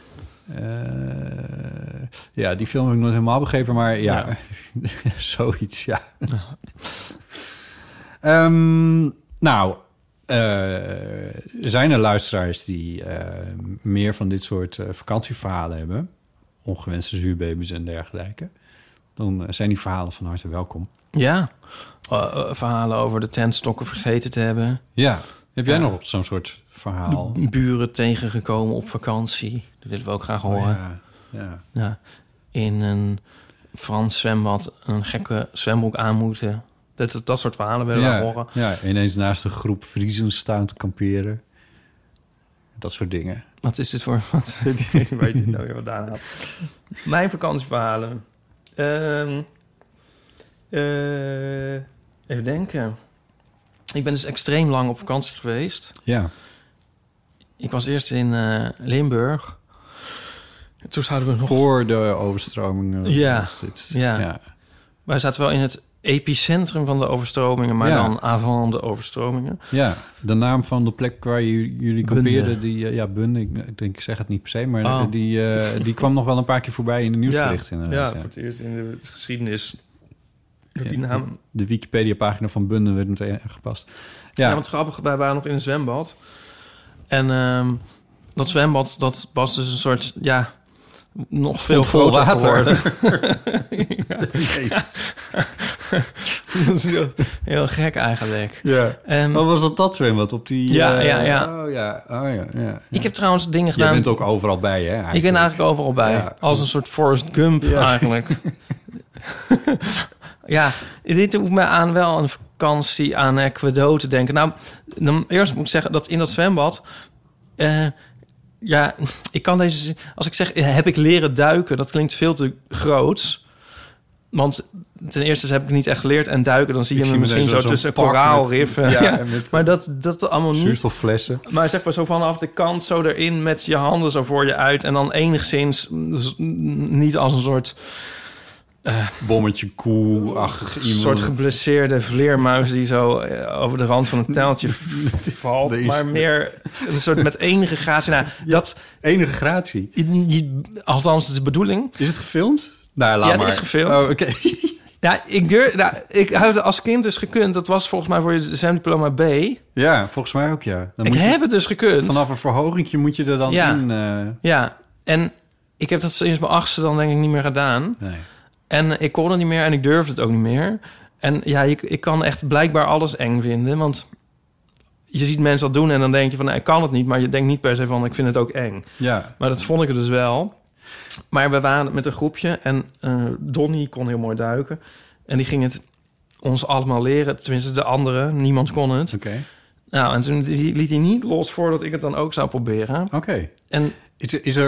Ja, die film heb ik nooit helemaal begrepen, maar ja. Zoiets, ja. Zijn er luisteraars die meer van dit soort vakantieverhalen hebben? Ongewenste zuurbaby's en dergelijke. Dan zijn die verhalen van harte welkom. Ja, verhalen over de tentstokken vergeten te hebben. Ja, heb jij nog zo'n soort verhaal? Buren tegengekomen op vakantie. Dat willen we ook graag horen. Ja. In een Frans zwembad een gekke zwembroek aan moeten. Dat soort verhalen willen we horen. Ja, ineens naast een groep Friezen staan te kamperen. Dat soort dingen. Wat is dit voor... Ik weet niet waar je dit nou weer vandaan haalt. Mijn vakantieverhalen. Even denken. Ik ben dus extreem lang op vakantie geweest. Ja. Ik was eerst in Limburg. Toen zouden we nog... Voor de overstromingen. Ja. Wij zaten wel in het epicentrum van de overstromingen... maar dan avant de overstromingen. Ja, de naam van de plek waar jullie kampeerden... Bunde, ik zeg het niet per se... maar die kwam nog wel een paar keer voorbij in de nieuwsberichten. Ja, voor het eerst in de geschiedenis... Die naam... De Wikipedia-pagina van Bunde werd meteen gepast. Ja, want grappig, wij waren nog in een zwembad. En dat zwembad, dat was dus een soort... Ja, nog veel vol water. Dat is heel gek eigenlijk. Ja. Wat was dat zwembad? Op die... Ja. Oh ja. Ik heb trouwens dingen gedaan... Je bent ook overal bij, hè? Eigenlijk. Ik ben eigenlijk overal bij. Ja. Als een soort Forrest Gump eigenlijk. Ja, dit doet me aan wel een vakantie aan Ecuador te denken. Nou, dan eerst moet ik zeggen dat in dat zwembad... Ja, ik kan deze zin... Als ik zeg, heb ik leren duiken, dat klinkt veel te groots. Want ten eerste heb ik niet echt geleerd. En duiken, dan zie je me misschien zo tussen koraalriffen. Ja, maar dat allemaal niet. Zuurstofflessen. Maar zeg maar zo vanaf de kant zo erin met je handen zo voor je uit. En dan enigszins niet als een soort... bommetje koe-achtig Een soort geblesseerde vleermuis die zo over de rand van een teltje valt. Maar meer een soort met enige gratie. Nou, dat enige gratie? Althans, het is de bedoeling. Is het gefilmd? Nou, laat ja, maar. Het is gefilmd. Oh, oké. Ja, ik had als kind dus gekund. Dat was volgens mij voor je zwemdiploma B. Ja, volgens mij ook, ja. Dan ik heb het dus gekund. Vanaf een verhogingje moet je er dan in... Ja, en ik heb dat sinds mijn 8e dan denk ik niet meer gedaan. Nee. En ik kon het niet meer en ik durfde het ook niet meer. En ja, ik kan echt blijkbaar alles eng vinden. Want je ziet mensen dat doen en dan denk je van... Nou, ik kan het niet, maar je denkt niet per se van... ik vind het ook eng. Ja. Maar dat vond ik het dus wel. Maar we waren met een groepje en Donnie kon heel mooi duiken. En die ging het ons allemaal leren. Tenminste, de anderen. Niemand kon het. Oké. Nou, en toen liet hij niet los voordat ik het dan ook zou proberen. Oké. En Is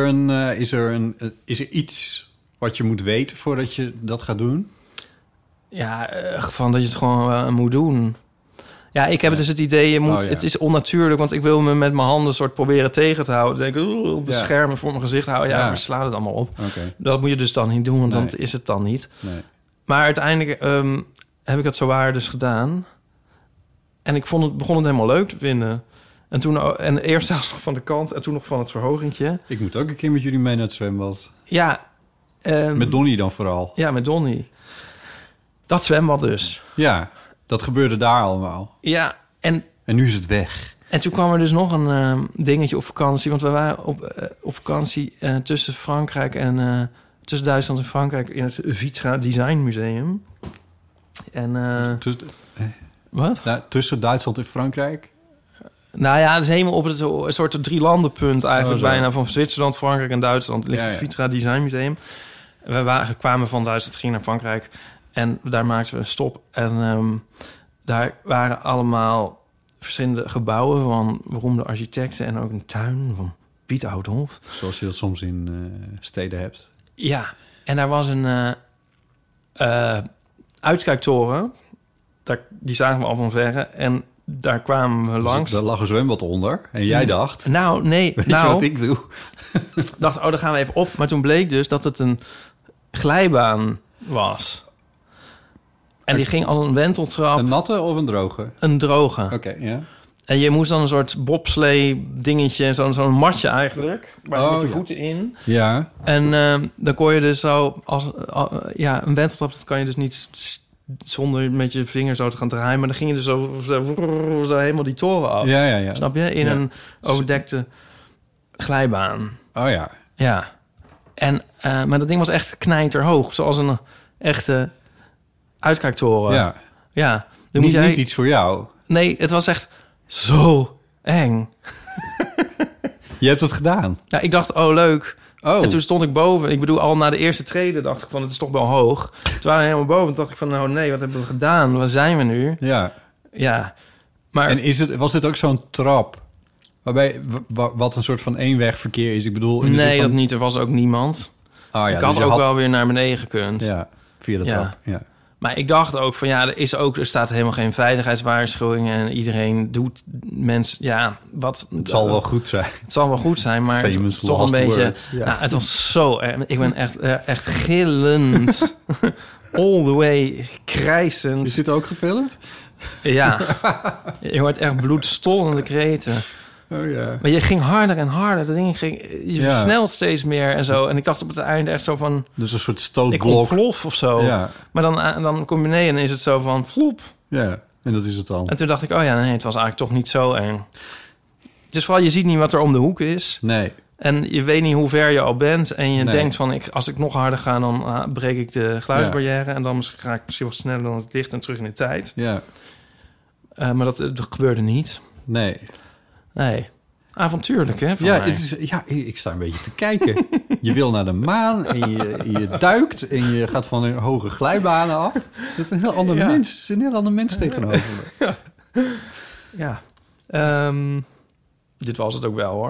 er iets wat je moet weten voordat je dat gaat doen? ja, van dat je het gewoon moet doen. Ja, ik heb dus het idee, het is onnatuurlijk... want ik wil me met mijn handen soort proberen tegen te houden. Denk, beschermen voor mijn gezicht houden. Ja, maar sla het allemaal op. Okay. Dat moet je dus dan niet doen, want dan is het dan niet. Nee. Maar uiteindelijk heb ik het zowaar dus gedaan. En ik begon het helemaal leuk te vinden. En eerst zelfs nog van de kant en toen nog van het verhogingje. Ik moet ook een keer met jullie mee naar het zwembad. Ja. Met Donnie dan vooral? Ja, met Donnie. Dat zwembad dus. Ja, dat gebeurde daar allemaal. Ja, en nu is het weg. En toen kwam er dus nog een dingetje op vakantie. Want we waren op vakantie tussen Frankrijk en... tussen Duitsland en Frankrijk in het Vitra Design Museum. En... Wat? Nou, tussen Duitsland en Frankrijk? Nou ja, het is helemaal op het een soort drielandenpunt eigenlijk. Bijna van Zwitserland, Frankrijk en Duitsland ligt het Vitra Design Museum. We kwamen van Duitsland, gingen naar Frankrijk. En daar maakten we een stop. En daar waren allemaal verschillende gebouwen van beroemde architecten. En ook een tuin van Piet Oudolf. Zoals je dat soms in steden hebt. Ja, en daar was een uitkijktoren. Die zagen we al van verre. En daar kwamen we langs. Daar lag een zwembad onder. En jij dacht... Nou, nee. Weet je wat ik doe? Dacht, daar gaan we even op. Maar toen bleek dus dat het een glijbaan was. En die ging als een wenteltrap. Een natte of een droge? Een droge. Oké, ja. En je moest dan een soort bobslee dingetje, zo'n matje eigenlijk, met je voeten in. Ja. En dan kon je dus zo, een wenteltrap, dat kan je dus niet zonder met je vinger zo te gaan draaien. Maar dan ging je dus zo helemaal die toren af. Ja. Snap je? In een overdekte glijbaan. Oh ja. Ja. En, maar dat ding was echt knijterhoog, zoals een echte uitkijktoren. Ja. Ja. Niet iets voor jou. Nee, het was echt zo eng. Je hebt het gedaan? Ja, ik dacht, leuk. Oh. En toen stond ik boven. Ik bedoel, al na de eerste trede dacht ik van, het is toch wel hoog. Toen waren we helemaal boven. Toen dacht ik van, nee, wat hebben we gedaan? Waar zijn we nu? Ja. Ja. Maar... En was dit ook zo'n trap? Waarbij, wat een soort van eenwegverkeer is? Ik bedoel... Nee, dat niet. Er was ook niemand. Oh, ja, ik had dus ook wel weer naar beneden gekund. Ja, via de trap. Ja. Maar ik dacht ook van er staat helemaal geen veiligheidswaarschuwing en iedereen doet mensen, wat... Het zal wel goed zijn. Het zal wel goed zijn, maar het was toch een beetje... Ja. het was zo... Ik ben echt gillend. All the way, krijsend. Is dit ook gefilmd? Ja. Je hoort echt bloedstollende kreten. Oh ja. Maar je ging harder en harder. Dat ding je versnelt steeds meer en zo. En ik dacht op het einde echt zo van... Dus een soort stootblok. Ik ontplof of zo. Ja. Maar dan kom je beneden en is het zo van vloep. Ja, en dat is het dan. En toen dacht ik, nee, het was eigenlijk toch niet zo eng. Dus vooral, je ziet niet wat er om de hoek is. Nee. En je weet niet hoe ver je al bent. En je denkt van, als ik nog harder ga, dan breek ik de geluidsbarrière. En dan ga ik misschien wat sneller dan het licht en terug in de tijd. Ja. Maar dat gebeurde niet. Nee. Avontuurlijk, hè? Ik sta een beetje te kijken. Je wil naar de maan en je duikt en je gaat van een hoge glijbanen af. Dat is een heel ander mens. Een heel ander mens tegenover me. Ja. Dit was het ook wel, hoor.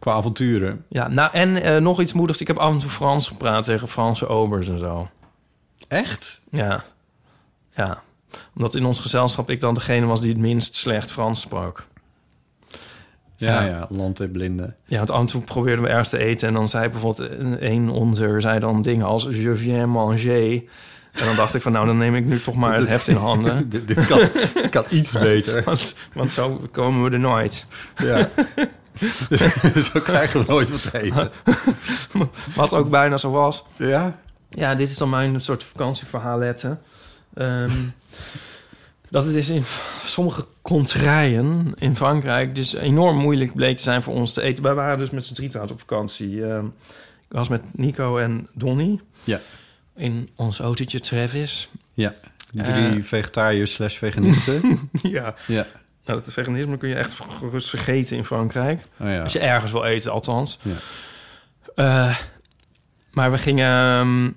Qua avonturen. Ja, nou en nog iets moedigs. Ik heb af en toe Frans gepraat tegen Franse obers en zo. Echt? Ja. Omdat in ons gezelschap ik dan degene was die het minst slecht Frans sprak. Ja, land der blinden. Ja, want af en toe probeerden we ergens te eten... en dan zei bijvoorbeeld een onze zei dan dingen als... je viens manger. En dan dacht ik van, nou, dan neem ik nu toch maar het heft in handen. dit kan iets beter. want zo komen we er nooit. Ja. Zo krijgen we nooit wat te eten. Wat ook bijna zo was. Ja? Ja, dit is dan mijn soort vakantieverhaalette. Dat het is in sommige contraien in Frankrijk dus enorm moeilijk bleek te zijn voor ons te eten. Wij waren dus met z'n drieën op vakantie. Ik was met Nico en Donnie. Ja. In ons autootje Travis. Ja, 3 vegetariërs / veganisten. Ja. Nou, dat veganisme kun je echt gerust vergeten in Frankrijk. Oh ja. Als je ergens wil eten, althans. Ja. Maar we gingen...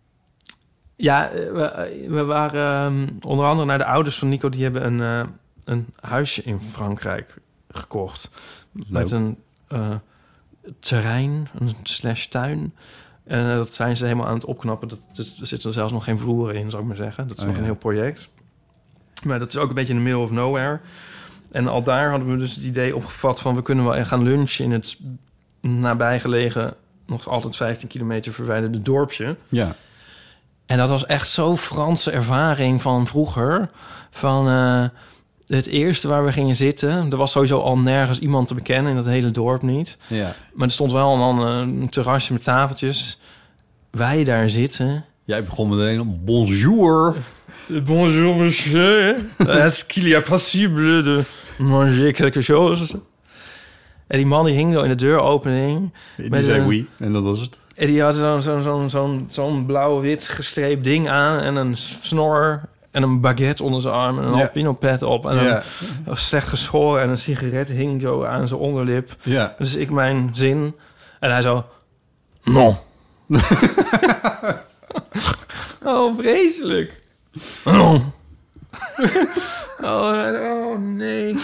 we waren onder andere naar de ouders van Nico. Die hebben een huisje in Frankrijk gekocht. Leuk. Met een terrein, een /tuin. En dat zijn ze helemaal aan het opknappen. Er zitten zelfs nog geen vloeren in, zou ik maar zeggen. Dat is nog een heel project. Maar dat is ook een beetje in the middle of nowhere. En al daar hadden we dus het idee opgevat van... we kunnen wel gaan lunchen in het nabijgelegen... nog altijd 15 kilometer verwijderde dorpje. Ja. En dat was echt zo'n Franse ervaring van vroeger. Van het eerste waar we gingen zitten... er was sowieso al nergens iemand te bekennen... in dat hele dorp niet. Ja. Maar er stond wel een terrasje met tafeltjes. Wij daar zitten. Jij begon meteen op bonjour. Bonjour, monsieur. Est-ce qu'il y a possible de manger quelque chose? En die man die hing zo in de deuropening. Die zei oui, en dat was het. En die had zo'n blauw-wit gestreept ding aan... en een snor en een baguette onder zijn arm... en een alpino pet op. En een slecht geschoren en een sigaret hing zo aan zijn onderlip. Ja. Dus ik mijn zin. En hij zo... Non. Oh, vreselijk. Non. Oh, nee.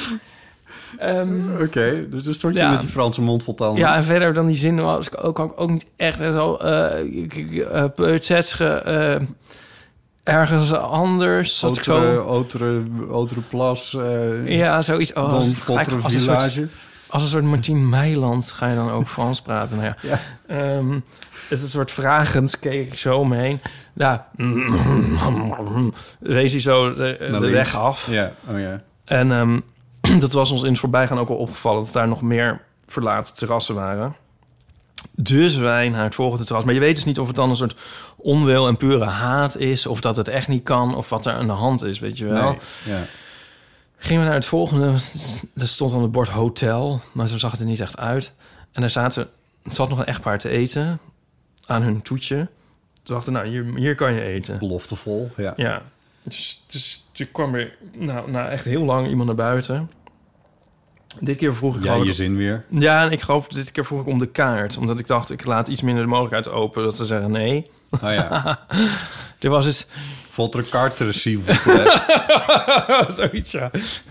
Oké, dus dan stond je met die Franse mond vol tanden. Ja, en verder dan die zin was ik ook niet echt zo... ergens anders. Outre Plas. Ja, zoiets. Dan Potre Village. Als een soort Martien Meiland ga je dan ook Frans praten. Nou ja. Het is een soort vragend, keek ik zo omheen. Ja, wees hij zo de weg af. Ja, oh ja. En dat was ons in het voorbijgaan ook al opgevallen... dat daar nog meer verlaten terrassen waren. Dus wij naar het volgende terras. Maar je weet dus niet of het dan een soort onwil en pure haat is... of dat het echt niet kan, of wat er aan de hand is, weet je wel. Nee, ja. Gingen we naar het volgende. Er stond aan het bord hotel, maar zo zag het er niet echt uit. En daar zat nog een echtpaar te eten aan hun toetje. Toen dachten nou, hier kan je eten. Beloftevol, ja. Ja, dus toen kwam er na echt heel lang iemand naar buiten. Dit keer vroeg ik... Ja, je zin weer. Ja, en ik geloof dit keer vroeg ik om de kaart. Omdat ik dacht, ik laat iets minder de mogelijkheid open... dat ze zeggen nee. Oh ja. Dit was het... Votre carte receive. Zoiets, ja.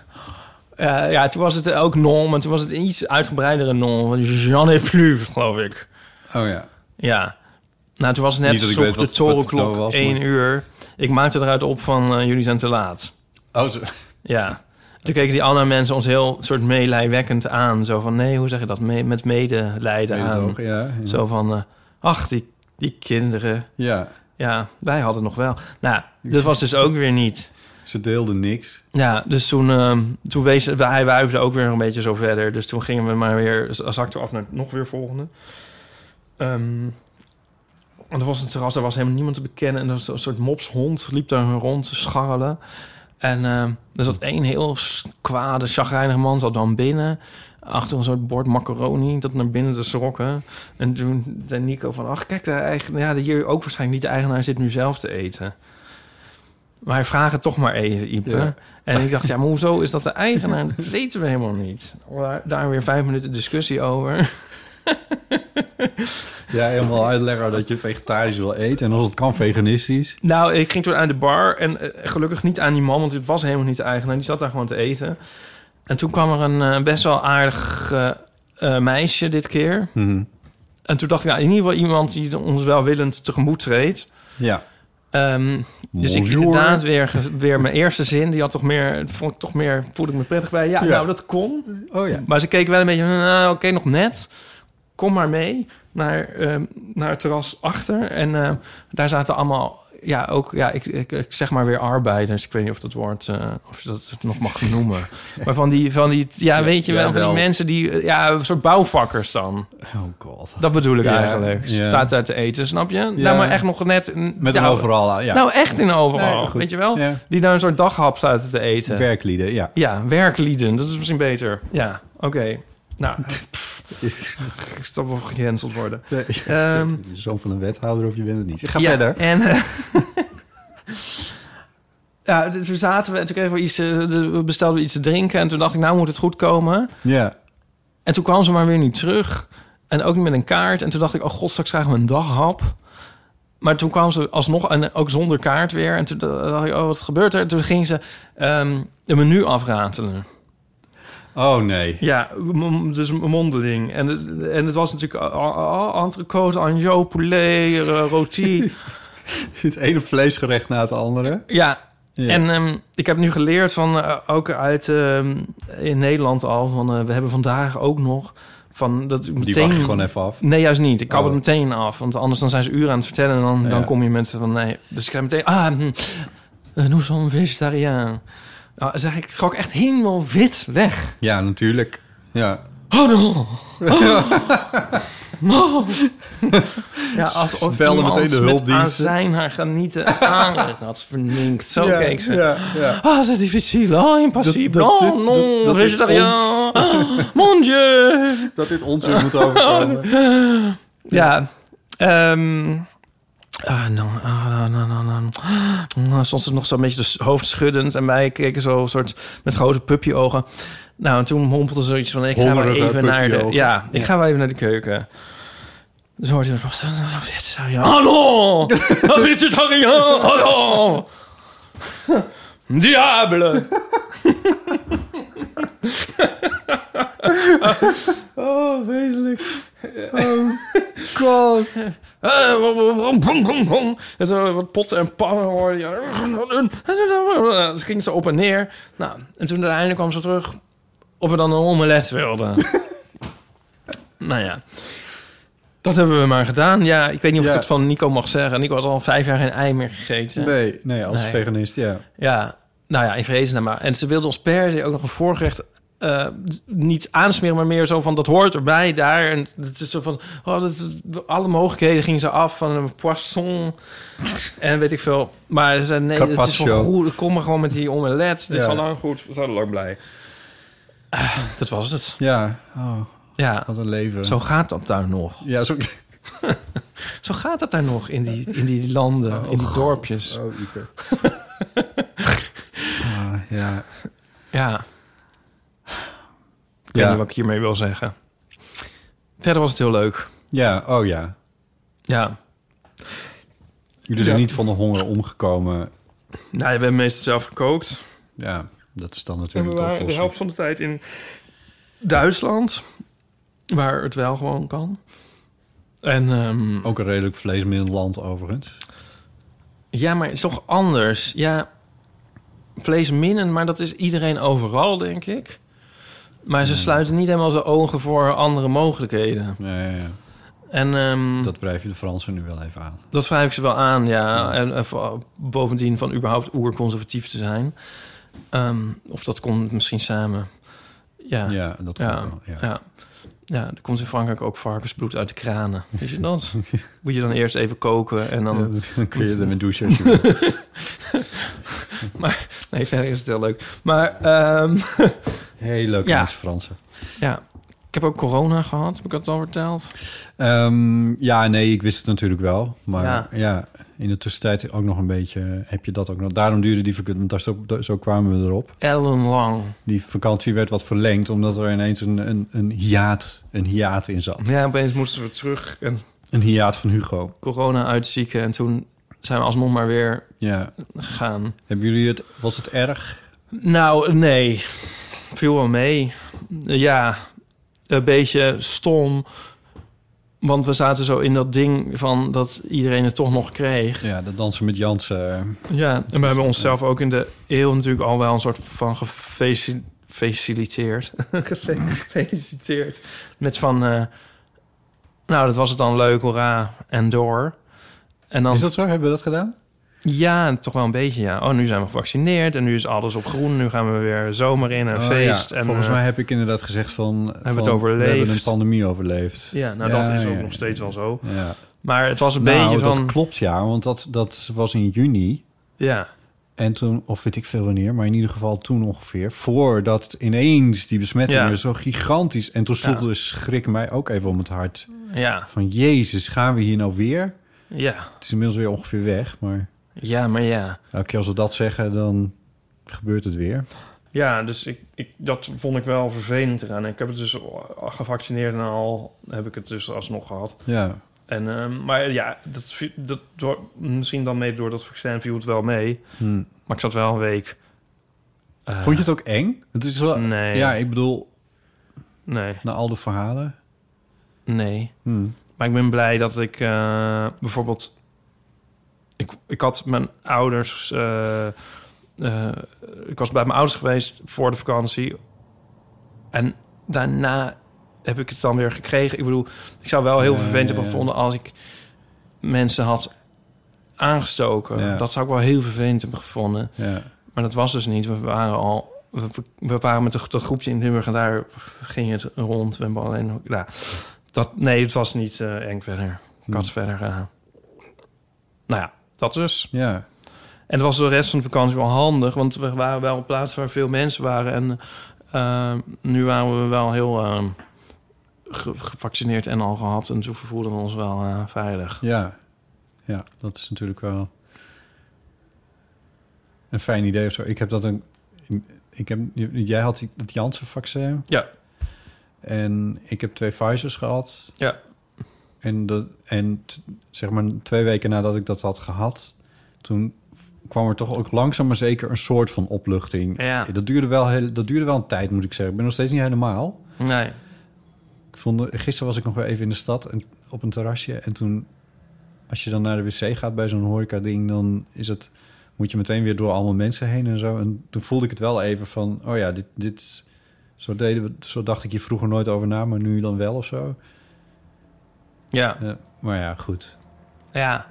Ja, toen was het ook non, maar toen was het een iets uitgebreidere non. J'en ai plus, geloof ik. Oh ja. Ja. Nou, toen was het net de torenklok nou 1 uur. Ik maakte eruit op van jullie zijn te laat. Oh, zo. Ja. Toen keken die andere mensen ons heel soort meelijwekkend aan. Zo van, nee, hoe zeg je dat? Met medelijden aan. Ja. Zo van, ach, die kinderen. Ja. Ja, wij hadden nog wel. Nou, dat was dus ook weer niet. Ze deelden niks. Ja, dus toen hij wuifde ook weer een beetje zo verder. Dus toen gingen we maar weer, zakten we af naar nog weer volgende. En er was een terras, er was helemaal niemand te bekennen. En er was een soort mopshond, liep daar rond te scharrelen. En er zat één heel kwade, chagrijnige man, zat dan binnen... achter een soort bord macaroni, dat naar binnen te schrokken. En toen zei Nico van... ach, kijk, de eigenaar, hier ook waarschijnlijk niet de eigenaar zit nu zelf te eten. Maar hij vraagt het toch maar even, Ipe. Ja. En ik dacht, ja, maar hoezo is dat de eigenaar? Dat weten we helemaal niet. Daar weer 5 minuten discussie over. Ja, helemaal uitleggen dat je vegetarisch wil eten. En als het kan, veganistisch. Nou, ik ging toen aan de bar. En gelukkig niet aan die man, want het was helemaal niet de eigenaar. Die zat daar gewoon te eten. En toen kwam er een best wel aardig meisje dit keer. Mm-hmm. En toen dacht ik, in ieder geval iemand die ons welwillend tegemoet treedt. Ja. Dus ik inderdaad weer mijn eerste zin. Die had toch meer, voelde ik me prettig bij. Ja, nou, dat kon. Oh ja. Maar ze keken wel een beetje, oké, nog net. Kom maar mee naar het terras achter. En daar zaten allemaal, ik zeg maar weer arbeiders. Ik weet niet of dat woord, of je dat nog mag noemen. Maar van die weet je wel, van die mensen die, een soort bouwvakkers dan. Oh god. Dat bedoel ik eigenlijk. Staat daar te eten, snap je? Ja. Nou, maar echt nog net... Met een overal, ja. Nou, echt in overal, nee, weet je wel? Ja. Die daar een soort daghap zaten te eten. Werklieden, ja. Ja, werklieden. Dat is misschien beter. Ja, oké. Nou, ik zal wel gecanceld worden. Je zoon van een wethouder of je bent het niet. Ga verder. En toen zaten we en toen kregen we bestelden we iets te drinken. En toen dacht ik, nou moet het goed komen. Ja. En toen kwam ze maar weer niet terug. En ook niet met een kaart. En toen dacht ik, oh god, straks krijgen we een daghap. Maar toen kwam ze alsnog, en ook zonder kaart weer. En toen dacht ik, oh, wat gebeurt er? En toen ging ze een menu afratelen. Oh, nee. Ja, dus een mondeling. En het was natuurlijk entrecote, agneau, poulet, rôti. Het ene vleesgerecht na het andere. Ja. En ik heb nu geleerd van, ook uit in Nederland al, van we hebben vandaag ook nog... Van dat meteen, die wacht je gewoon even af? Nee, juist niet. Ik kap het meteen af. Want anders dan zijn ze uren aan het vertellen... en dan kom je met van nee. Dus ik ga meteen... nous sommes vegetariaan. Nou, zeg ik, schrok echt helemaal wit weg. Ja, natuurlijk. Ja. Oh no! Oh. Ja, alsof iemand meteen de hulpdiensten aan haar genieten had verminkt. Zo keek ze. Ja. C'est difficile, impossible. Non, vegetariaan. Mon Dieu. Dat dit ons weer moet overkomen. Ja. Soms het nog zo'n beetje de hoofd schuddend. En wij keken zo soort met grote puppyogen. Nou, en toen mompelde zoiets van... ik ga wel even naar de... Ja, ik ga wel even naar de keuken. Dus hoorde je... Hallo! Vegetariaan! Hallo! Diable! Oh, vreselijk. Oh, god. En zo wat potten en pannen hoorde je. Ze ging zo op en neer. Nou, en toen uiteindelijk kwam ze terug of we dan een omelet wilden. Nou ja. Dat hebben we maar gedaan. Ja, ik weet niet of ik het van Nico mag zeggen. Nico had al 5 jaar geen ei meer gegeten. Nee, als veganist, ja. Ja, nou ja, in vrezen maar. En ze wilde ons per se ook nog een voorgerecht... niet aansmeren, maar meer zo van... dat hoort erbij daar. En het is zo van... alle mogelijkheden gingen ze af van een poisson. En weet ik veel. Maar ze zei, nee, het is wel goed. Kom maar gewoon met die omelet. Dit is al lang goed. We zijn lang blij. Dat was het. Ja. Oh, ja. Wat een leven. Zo gaat dat daar nog. Ja, zo... Zo gaat dat daar nog in die landen, in die dorpjes. Oh, Ipe. Ja. Ja. Ik weet niet wat ik hiermee wil zeggen. Verder was het heel leuk. Ja, oh ja. Ja. Jullie zijn niet van de honger omgekomen. Nou, we hebben meestal zelf gekookt. Ja, dat is dan natuurlijk en we waren de helft van de tijd in Duitsland, waar het wel gewoon kan. En ook een redelijk vleesmiddelland overigens. Ja, maar het is toch anders. Ja, vleesminnen, maar dat is iedereen overal, denk ik. Maar ze sluiten niet helemaal zijn ogen voor andere mogelijkheden. Ja. En dat wrijf je de Fransen nu wel even aan. Dat wrijf ik ze wel aan, ja. En bovendien van überhaupt oerconservatief te zijn. Of dat komt misschien samen. Ja, dat komt wel. Ja, er komt in Frankrijk ook varkensbloed uit de kranen. Weet je dat? Moet je dan eerst even koken en dan... Ja, dan kun je er met douchen als je wil. Maar, nee, verder is het heel leuk. Maar... heel leuk mensen Fransen. Ja, ik heb ook corona gehad. Heb ik dat al verteld? Ja, nee, ik wist het natuurlijk wel. Maar ja, in de tussentijd ook nog een beetje... Heb je dat ook nog... Daarom duurde die vakantie... Zo kwamen we erop. Ellenlang. Die vakantie werd wat verlengd... omdat er ineens een hiaat in zat. Ja, opeens moesten we terug. En een hiaat van Hugo. Corona uitzieken. En toen zijn we alsnog maar weer gegaan. Hebben jullie het... Was het erg? Nou, nee. Viel wel mee. Ja... een beetje stom. Want we zaten zo in dat ding van dat iedereen het toch nog kreeg. Ja, dat dansen met Jansen. Ja, en we hebben onszelf ook in de eeuw natuurlijk al wel een soort van gefaciliteerd. Gefeliciteerd. Met van, nou, dat was het dan leuk, hoera, en door. En dan, Is dat zo? Hebben we dat gedaan? Ja, toch wel een beetje, ja. Oh, nu zijn we gevaccineerd en nu is alles op groen. Nu gaan we weer zomer in, een feest. Ja. En, volgens mij heb ik inderdaad gezegd van... Hebben we het overleefd. We hebben een pandemie overleefd. Ja, nou dat is ook nog steeds wel zo. Ja. Maar het was een beetje van... dat klopt, ja. Want dat was in juni. Ja. En toen, of weet ik veel wanneer, maar in ieder geval toen ongeveer... voordat ineens die besmettingen zo gigantisch... En toen sloeg de schrik mij ook even om het hart. Ja. Van, Jezus, gaan we hier nou weer? Ja. Het is inmiddels weer ongeveer weg, maar... Ja, maar ja. Elke keer als we dat zeggen, dan gebeurt het weer. Ja, dus dat vond ik wel vervelend eraan. Ik heb het dus gevaccineerd en al heb ik het dus alsnog gehad. Ja. En, maar ja, misschien dan mee door dat vaccin viel het wel mee. Maar ik zat wel een week... Vond je het ook eng? Het is wel, nee. Ja, ik bedoel... Nee. Na al de verhalen? Nee. Maar ik ben blij dat ik bijvoorbeeld... Ik had mijn ouders... ik was bij mijn ouders geweest voor de vakantie. En daarna heb ik het dan weer gekregen. Ik bedoel, ik zou wel heel vervelend hebben gevonden... als ik mensen had aangestoken. Ja. Dat zou ik wel heel vervelend hebben gevonden. Ja. Maar dat was dus niet. We waren met dat groepje in Limburg... en daar ging het rond. We hebben alleen... Nee, het was niet eng verder. Ik had verder... nou ja, dat dus. Ja. En het was de rest van de vakantie wel handig... want we waren wel op plaats waar veel mensen waren... en nu waren we wel heel gevaccineerd en al gehad... en toen voelden we ons wel veilig. Ja, dat is natuurlijk wel een fijn idee of zo. Ik heb dat jij had het Janssen-vaccin. Ja. En ik heb 2 Pfizer's gehad. Ja. En zeg maar 2 weken nadat ik dat had gehad... toen kwam er toch ook langzaam maar zeker een soort van opluchting. Ja. Dat duurde wel een tijd, moet ik zeggen. Ik ben nog steeds niet helemaal. Nee. Gisteren was ik nog wel even in de stad en op een terrasje. En toen, als je dan naar de wc gaat bij zo'n horeca-ding... dan moet je meteen weer door allemaal mensen heen en zo. En toen voelde ik het wel even van... oh ja, zo dacht ik hier vroeger nooit over na... maar nu dan wel of zo. Ja. Maar ja, goed. Ja.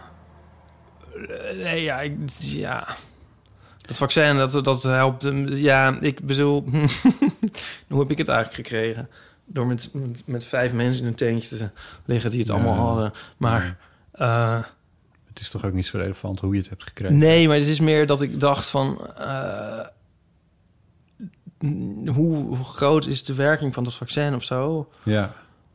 Nee, ja. Dat vaccin, dat helpt. Ja, ik bedoel... hoe heb ik het eigenlijk gekregen? Door met 5 mensen in een tentje te liggen die het allemaal hadden. Maar... het is toch ook niet zo relevant hoe je het hebt gekregen? Nee, maar het is meer dat ik dacht van... hoe groot is de werking van dat vaccin of zo? Ja.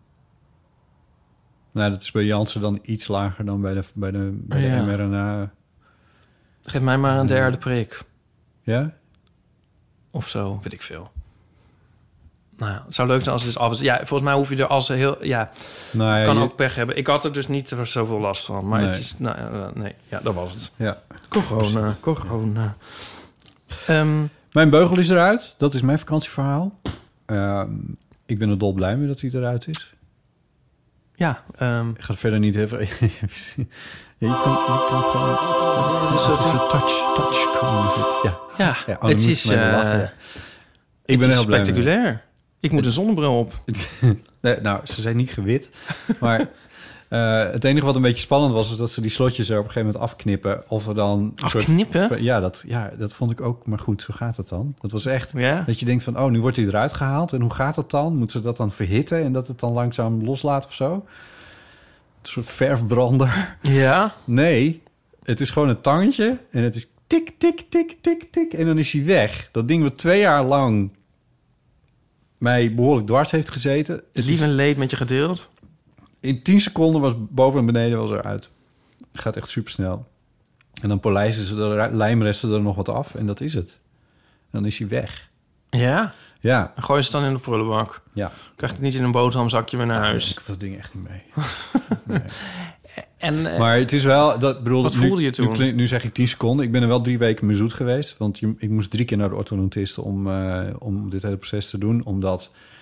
Nou, dat is bij Janssen dan iets lager dan bij de mRNA. Geef mij maar een derde prik. Ja? Of zo, weet ik veel. Nou ja, het zou leuk zijn als het is af is. Ja, volgens mij hoef je er als heel... Ja, nou, kan ook pech hebben. Ik had er dus niet zoveel last van. Maar het is... nee, ja, dat was het. Ja. Corona. Mijn beugel is eruit. Dat is mijn vakantieverhaal. Ik ben er dol blij mee dat hij eruit is. Ja. Ik ga verder niet even... je kan gewoon... Het is een touchscreen. Ja, het is... Ik ben heel blij spectaculair. Mee. Ik moet een zonnebril op. Nee, nou, ze zijn niet gewit. Maar het enige wat een beetje spannend was... is dat ze die slotjes er op een gegeven moment afknippen. Of er dan... Afknippen? Dat vond ik ook. Maar goed, zo gaat het dan. Dat was echt dat je denkt van... nu wordt hij eruit gehaald. En hoe gaat het dan? Moeten ze dat dan verhitten... en dat het dan langzaam loslaat of zo? Een soort verfbrander. Ja? Nee, het is gewoon een tangetje. En het is tik, tik, tik, tik, tik. En dan is hij weg. Dat ding wat 2 jaar lang... mij behoorlijk dwars heeft gezeten. Het lief en leed met je gedeeld? In 10 seconden was boven en beneden was eruit. Het gaat echt supersnel. En dan polijsten ze de lijmresten er nog wat af. En dat is het. Dan is hij weg. Ja? Ja. En gooi je ze dan in de prullenbak? Ja. Krijg je het niet in een boterhamzakje weer naar huis? Ik heb dat ding echt niet mee. Nee. En, maar het is wel... wat voelde je toen? Nu zeg ik 10 seconden. Ik ben er wel 3 weken mee zoet geweest. Want ik moest 3 keer naar de orthodontist om dit hele proces te doen. Omdat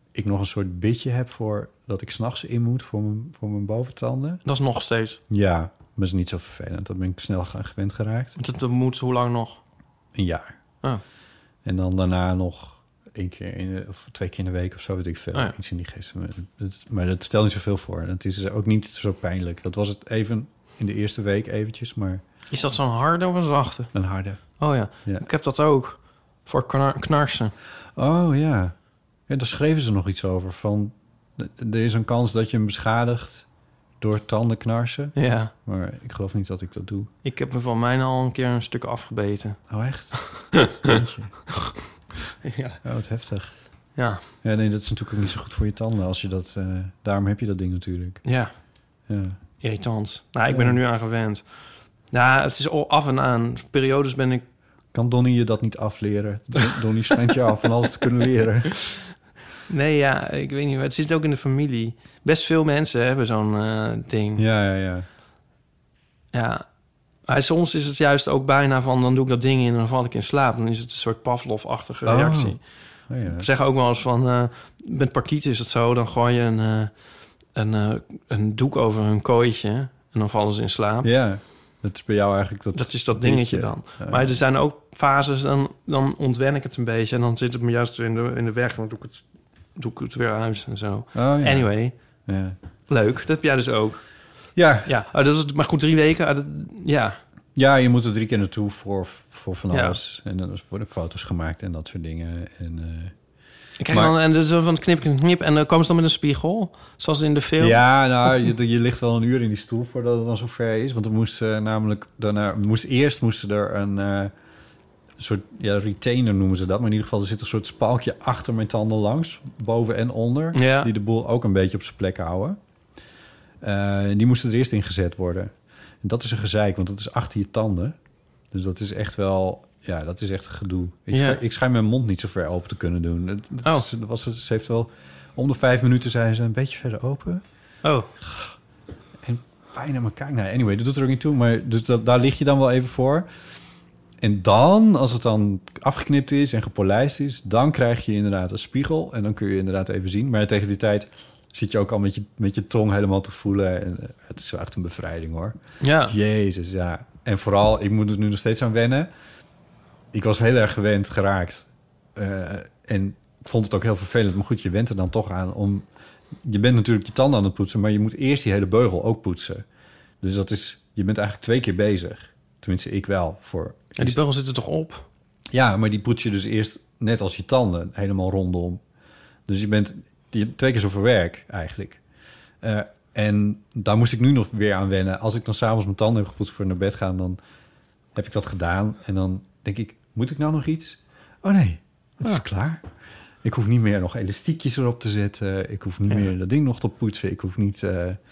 ik nog een soort bitje heb voor dat ik 's nachts in moet voor mijn boventanden. Dat is nog steeds. Ja, maar dat is niet zo vervelend. Dat ben ik snel gewend geraakt. Dat moet hoe lang nog? Een jaar. Oh. En dan daarna nog 1 keer of 2 keer in de week of zo, weet ik veel. Oh ja. Iets in die geest. Maar dat stelt niet zoveel voor. Het is ook niet zo pijnlijk. Dat was het even in de eerste week eventjes, maar... Is dat zo'n harde of een zachte? Een harde. Oh ja. Ik heb dat ook. Voor knarsen. Oh ja. Ja, daar schreven ze nog iets over. Van, er is een kans dat je hem beschadigt door tandenknarsen. Ja. Maar ik geloof niet dat ik dat doe. Ik heb me van mij al een keer een stuk afgebeten. Oh, echt? Jeetje. Ja. Oh, wat heftig. Ja. Ja, nee, dat is natuurlijk ook niet zo goed voor je tanden als je dat... daarom heb je dat ding natuurlijk. Ja. Ja. Irritant. Nou, ik ben er nu aan gewend. Ja, het is af en aan. Periodes ben ik... Kan Donnie je dat niet afleren? Donnie schijnt jou van alles te kunnen leren. Nee, ja, ik weet niet. Het zit ook in de familie. Best veel mensen hebben zo'n ding. Ja. Ja. Maar soms is het juist ook bijna van... dan doe ik dat ding in en dan val ik in slaap. Dan is het een soort Pavlov-achtige reactie. Oh, ja. Ik zeg ook wel eens van... met parkieten is het zo. Dan gooi je een doek over hun kooitje... en dan vallen ze in slaap. Ja, dat is bij jou eigenlijk... Dat is dat dingetje dan. Ja. Maar er zijn ook fases... dan ontwen ik het een beetje... en dan zit het me juist in de weg... en dan doe ik het weer uit en zo. Oh, ja. Anyway, Ja. leuk. Dat heb jij dus ook. Ja. Ja, dat is maar goed 3 weken. Ja. Ja, je moet er 3 keer naartoe voor van Ja. alles. En dan worden foto's gemaakt en dat soort dingen. En, Ik krijg dan en zo van knip en dan komen ze dan met een spiegel, zoals in de film. Ja, nou, je ligt wel een uur in die stoel voordat het dan zo ver is. Want er moest namelijk daarna moest er een soort retainer noemen ze dat, maar in ieder geval er zit een soort spalkje achter mijn tanden langs, boven en onder, Ja. die de boel ook een beetje op zijn plek houden. Die moesten er eerst ingezet worden. En dat is een gezeik, want dat is achter je tanden. Dus dat is echt wel... Ja, dat is echt een gedoe. Ik schijn mijn mond niet zo ver open te kunnen doen. Ze heeft wel... Om de 5 minuten zijn ze een beetje verder open. Oh. En pijn aan mijn kaak. Nou, anyway, dat doet er ook niet toe. Maar dus daar lig je dan wel even voor. En dan, als het dan afgeknipt is en gepolijst is... dan krijg je inderdaad een spiegel. En dan kun je inderdaad even zien. Maar tegen die tijd zit je ook al met je tong helemaal te voelen. En het is wel echt een bevrijding, hoor. Ja. Jezus, ja. En vooral, ik moet er nu nog steeds aan wennen. Ik was heel erg gewend geraakt. En ik vond het ook heel vervelend. Maar goed, je went er dan toch aan om... Je bent natuurlijk je tanden aan het poetsen... maar je moet eerst die hele beugel ook poetsen. Dus dat is... Je bent eigenlijk 2 keer bezig. Tenminste, ik wel. En die beugel zit er toch op? Ja, maar die poets je dus eerst net als je tanden helemaal rondom. Dus je bent 2 keer zoveel werk eigenlijk. En daar moest ik nu nog weer aan wennen. Als ik dan s'avonds mijn tanden heb gepoetst voor naar bed gaan... dan heb ik dat gedaan. En dan denk ik, moet ik nou nog iets? Oh nee, het is klaar. Ik hoef niet meer nog elastiekjes erop te zetten. Ik hoef niet meer dat ding nog te poetsen. Ik hoef niet...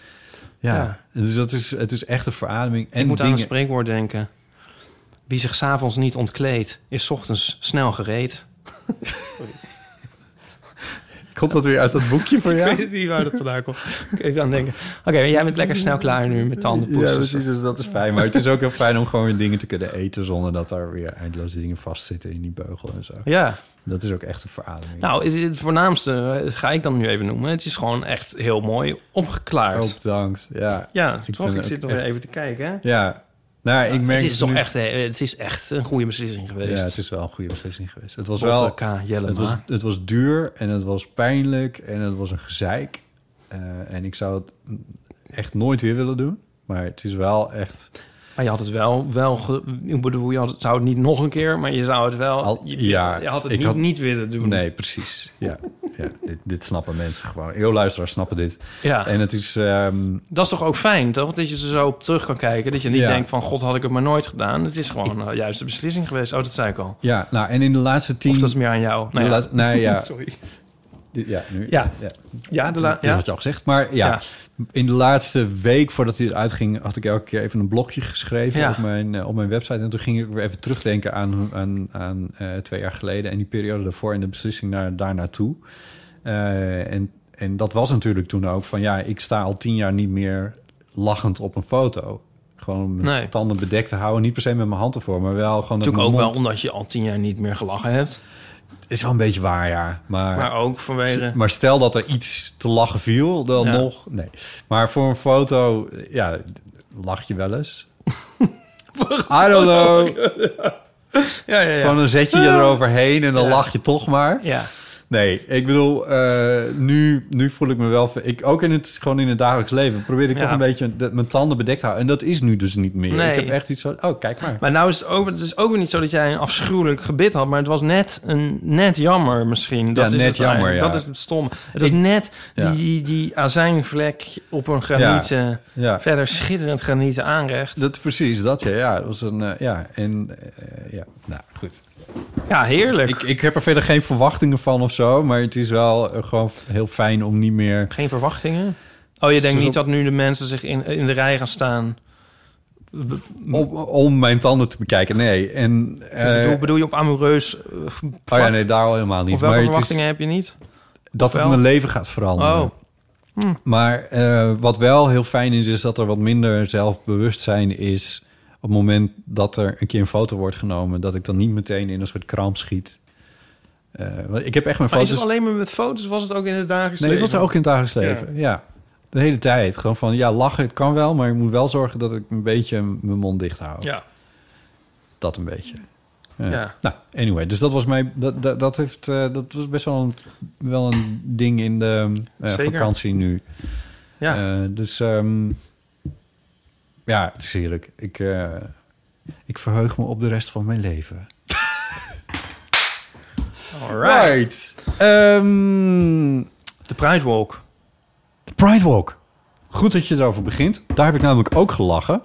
Dus het is echt een verademing. En ik moet aan een spreekwoord denken. Wie zich 's avonds niet ontkleedt, is 's ochtends snel gereed. Sorry. Komt dat weer uit dat boekje voor jou? Ik weet het niet waar dat vandaan komt. Ik even aan denken. Oké, jij bent lekker snel klaar nu met tanden poetsen. Ja, precies, dus dat is fijn. Maar het is ook heel fijn om gewoon weer dingen te kunnen eten... zonder dat daar weer eindeloze dingen vastzitten in die beugel en zo. Ja. Dat is ook echt een verademing. Nou, het voornaamste ga ik dan nu even noemen. Het is gewoon echt heel mooi opgeklaard. Oh, bedankt. Ja, ja ik zit nog even te kijken. Hè? Ja. Nou, ik merk het is toch echt, het is echt een goede beslissing geweest. Ja, het is wel een goede beslissing geweest. Het was wel... Het was duur en het was pijnlijk en het was een gezeik. En ik zou het echt nooit weer willen doen. Maar het is wel echt... Maar je had het wel ik bedoel, je zou het niet nog een keer, maar je zou het wel... Je had het niet willen doen. Nee, precies. Ja, dit snappen mensen gewoon. Heel luisteraars snappen dit. Ja. En het is... Dat is toch ook fijn, toch? Dat je er zo op terug kan kijken. Dat je niet denkt van, god, had ik het maar nooit gedaan. Het is gewoon de juiste beslissing geweest. Oh, dat zei ik al. Ja, nou, en in de laatste 10... Of dat is meer aan jou. Sorry. Ja, nu. Dat had je al gezegd. Maar in de laatste week voordat hij eruit ging... had ik elke keer even een blogje geschreven op mijn website. En toen ging ik weer even terugdenken aan 2 jaar geleden... en die periode daarvoor en de beslissing daar naartoe. En dat was natuurlijk toen ook van... ik sta al 10 jaar niet meer lachend op een foto. Gewoon mijn tanden bedekt te houden. Niet per se met mijn hand ervoor, maar wel gewoon... Natuurlijk ook wel omdat je al 10 jaar niet meer gelachen hebt. Is wel een beetje waar, ja. Maar ook vanwege... Maar stel dat er iets te lachen viel, dan nog... Nee. Maar voor een foto, ja, lach je wel eens. I don't know. Ja. Gewoon dan zet je eroverheen en dan lach je toch maar. Ja. Nee, ik bedoel, nu voel ik me wel... ook gewoon in het dagelijks leven probeer ik toch een beetje mijn tanden bedekt te houden. En dat is nu dus niet meer. Nee. Ik heb echt iets van, kijk maar. Maar nou is het is ook weer niet zo dat jij een afschuwelijk gebit had, maar het was net jammer misschien. Dat is net het jammer, eigenlijk. Dat is het stom. Het was net die azijnvlek op een granieten, verder schitterend granieten aanrecht. Dat precies, dat ja. Dat was een, nou goed. Ja, heerlijk. Ik heb er verder geen verwachtingen van of zo, maar het is wel gewoon heel fijn om niet meer... Geen verwachtingen? Oh, je denkt niet dat nu de mensen zich in de rij gaan staan... Om mijn tanden te bekijken, nee. En, bedoel je op amoureus vlak? nee, daar al helemaal niet. Of welke maar verwachtingen heb je niet? Dat het mijn leven gaat veranderen. Oh. Maar wat wel heel fijn is dat er wat minder zelfbewustzijn is... op het moment dat er een keer een foto wordt genomen... dat ik dan niet meteen in een soort kramp schiet. Want ik heb echt mijn foto's... Maar is het alleen maar met foto's? Was het ook in het dagelijks leven? Nee, het was ook in het dagelijks leven, ja. De hele tijd. Gewoon van, lachen, het kan wel... maar je moet wel zorgen dat ik een beetje mijn mond dicht hou. Ja. Dat een beetje. Ja. Nou, anyway. Dus dat was dat was best wel een ding in de vakantie nu. Ja. Dus het is heerlijk. Ik verheug me op de rest van mijn leven. Alright. De Pride Walk. De Pride Walk. Goed dat je erover begint. Daar heb ik namelijk ook gelachen.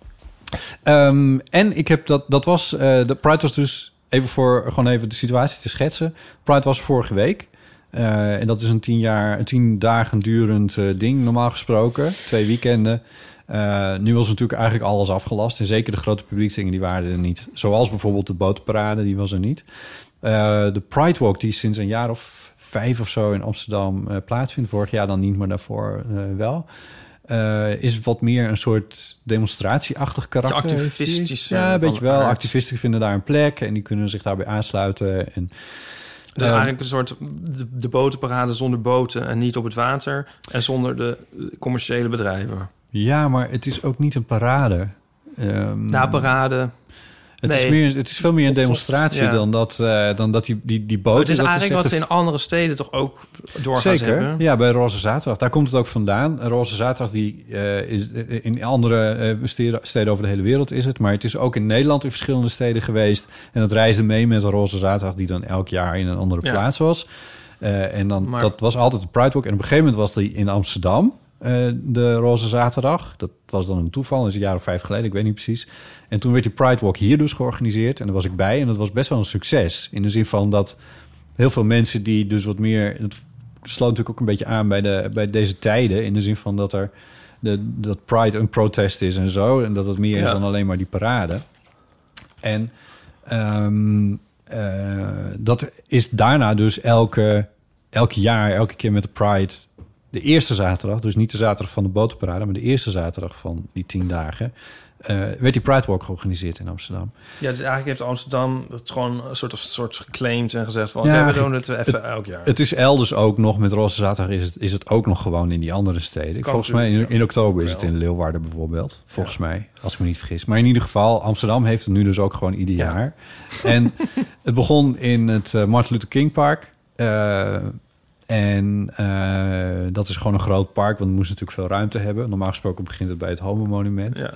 En ik heb dat was... de Pride was dus... Even de situatie te schetsen. Pride was vorige week. En dat is een 10 dagen durend ding, normaal gesproken. 2 weekenden. Nu was natuurlijk eigenlijk alles afgelast. En zeker de grote publieksdingen, die waren er niet. Zoals bijvoorbeeld de botenparade, die was er niet. De Pride Walk, die sinds een jaar of 5 of zo in Amsterdam plaatsvindt. Vorig jaar dan niet, maar daarvoor wel. Is wat meer een soort demonstratieachtig karakter. Activistisch. Ja, een beetje wel. Activisten vinden daar een plek en die kunnen zich daarbij aansluiten. En, dus eigenlijk een soort de botenparade zonder boten en niet op het water. En zonder de commerciële bedrijven. Ja, maar het is ook niet een parade. Parade... Het is veel meer een demonstratie dan dat die boten... Het is eigenlijk wat ze in andere steden toch ook doorgaan hebben. Ja, bij Roze Zaterdag. Daar komt het ook vandaan. Roze Zaterdag die is in andere steden over de hele wereld is het. Maar het is ook in Nederland in verschillende steden geweest. En dat reisde mee met de Roze Zaterdag die dan elk jaar in een andere plaats was. Dat was altijd de Pride Walk. En op een gegeven moment was die in Amsterdam... de Roze Zaterdag. Dat was dan een toeval, dat is een jaar of 5 geleden, ik weet niet precies. En toen werd die Pride Walk hier dus georganiseerd. En daar was ik bij. En dat was best wel een succes. In de zin van dat heel veel mensen die dus wat meer... Dat sloot natuurlijk ook een beetje aan bij deze tijden. In de zin van dat dat Pride een protest is en zo. En dat het meer is dan alleen maar die parade. En dat is daarna dus elke jaar, elke keer met de Pride... De eerste zaterdag, dus niet de zaterdag van de botenparade... maar de eerste zaterdag van die 10 dagen... werd die Pride Walk georganiseerd in Amsterdam. Ja, dus eigenlijk heeft Amsterdam het gewoon een soort geclaimd en gezegd van... we doen het even elk jaar. Het is elders ook nog, met Roze Zaterdag is het ook nog gewoon in die andere steden. Volgens mij in oktober is het in Leeuwarden bijvoorbeeld. Volgens mij, als ik me niet vergis. Maar in ieder geval, Amsterdam heeft het nu dus ook gewoon ieder jaar. En het begon in het Martin Luther King Park... En dat is gewoon een groot park, want het moest natuurlijk veel ruimte hebben. Normaal gesproken begint het bij het Homo Monument. Ja.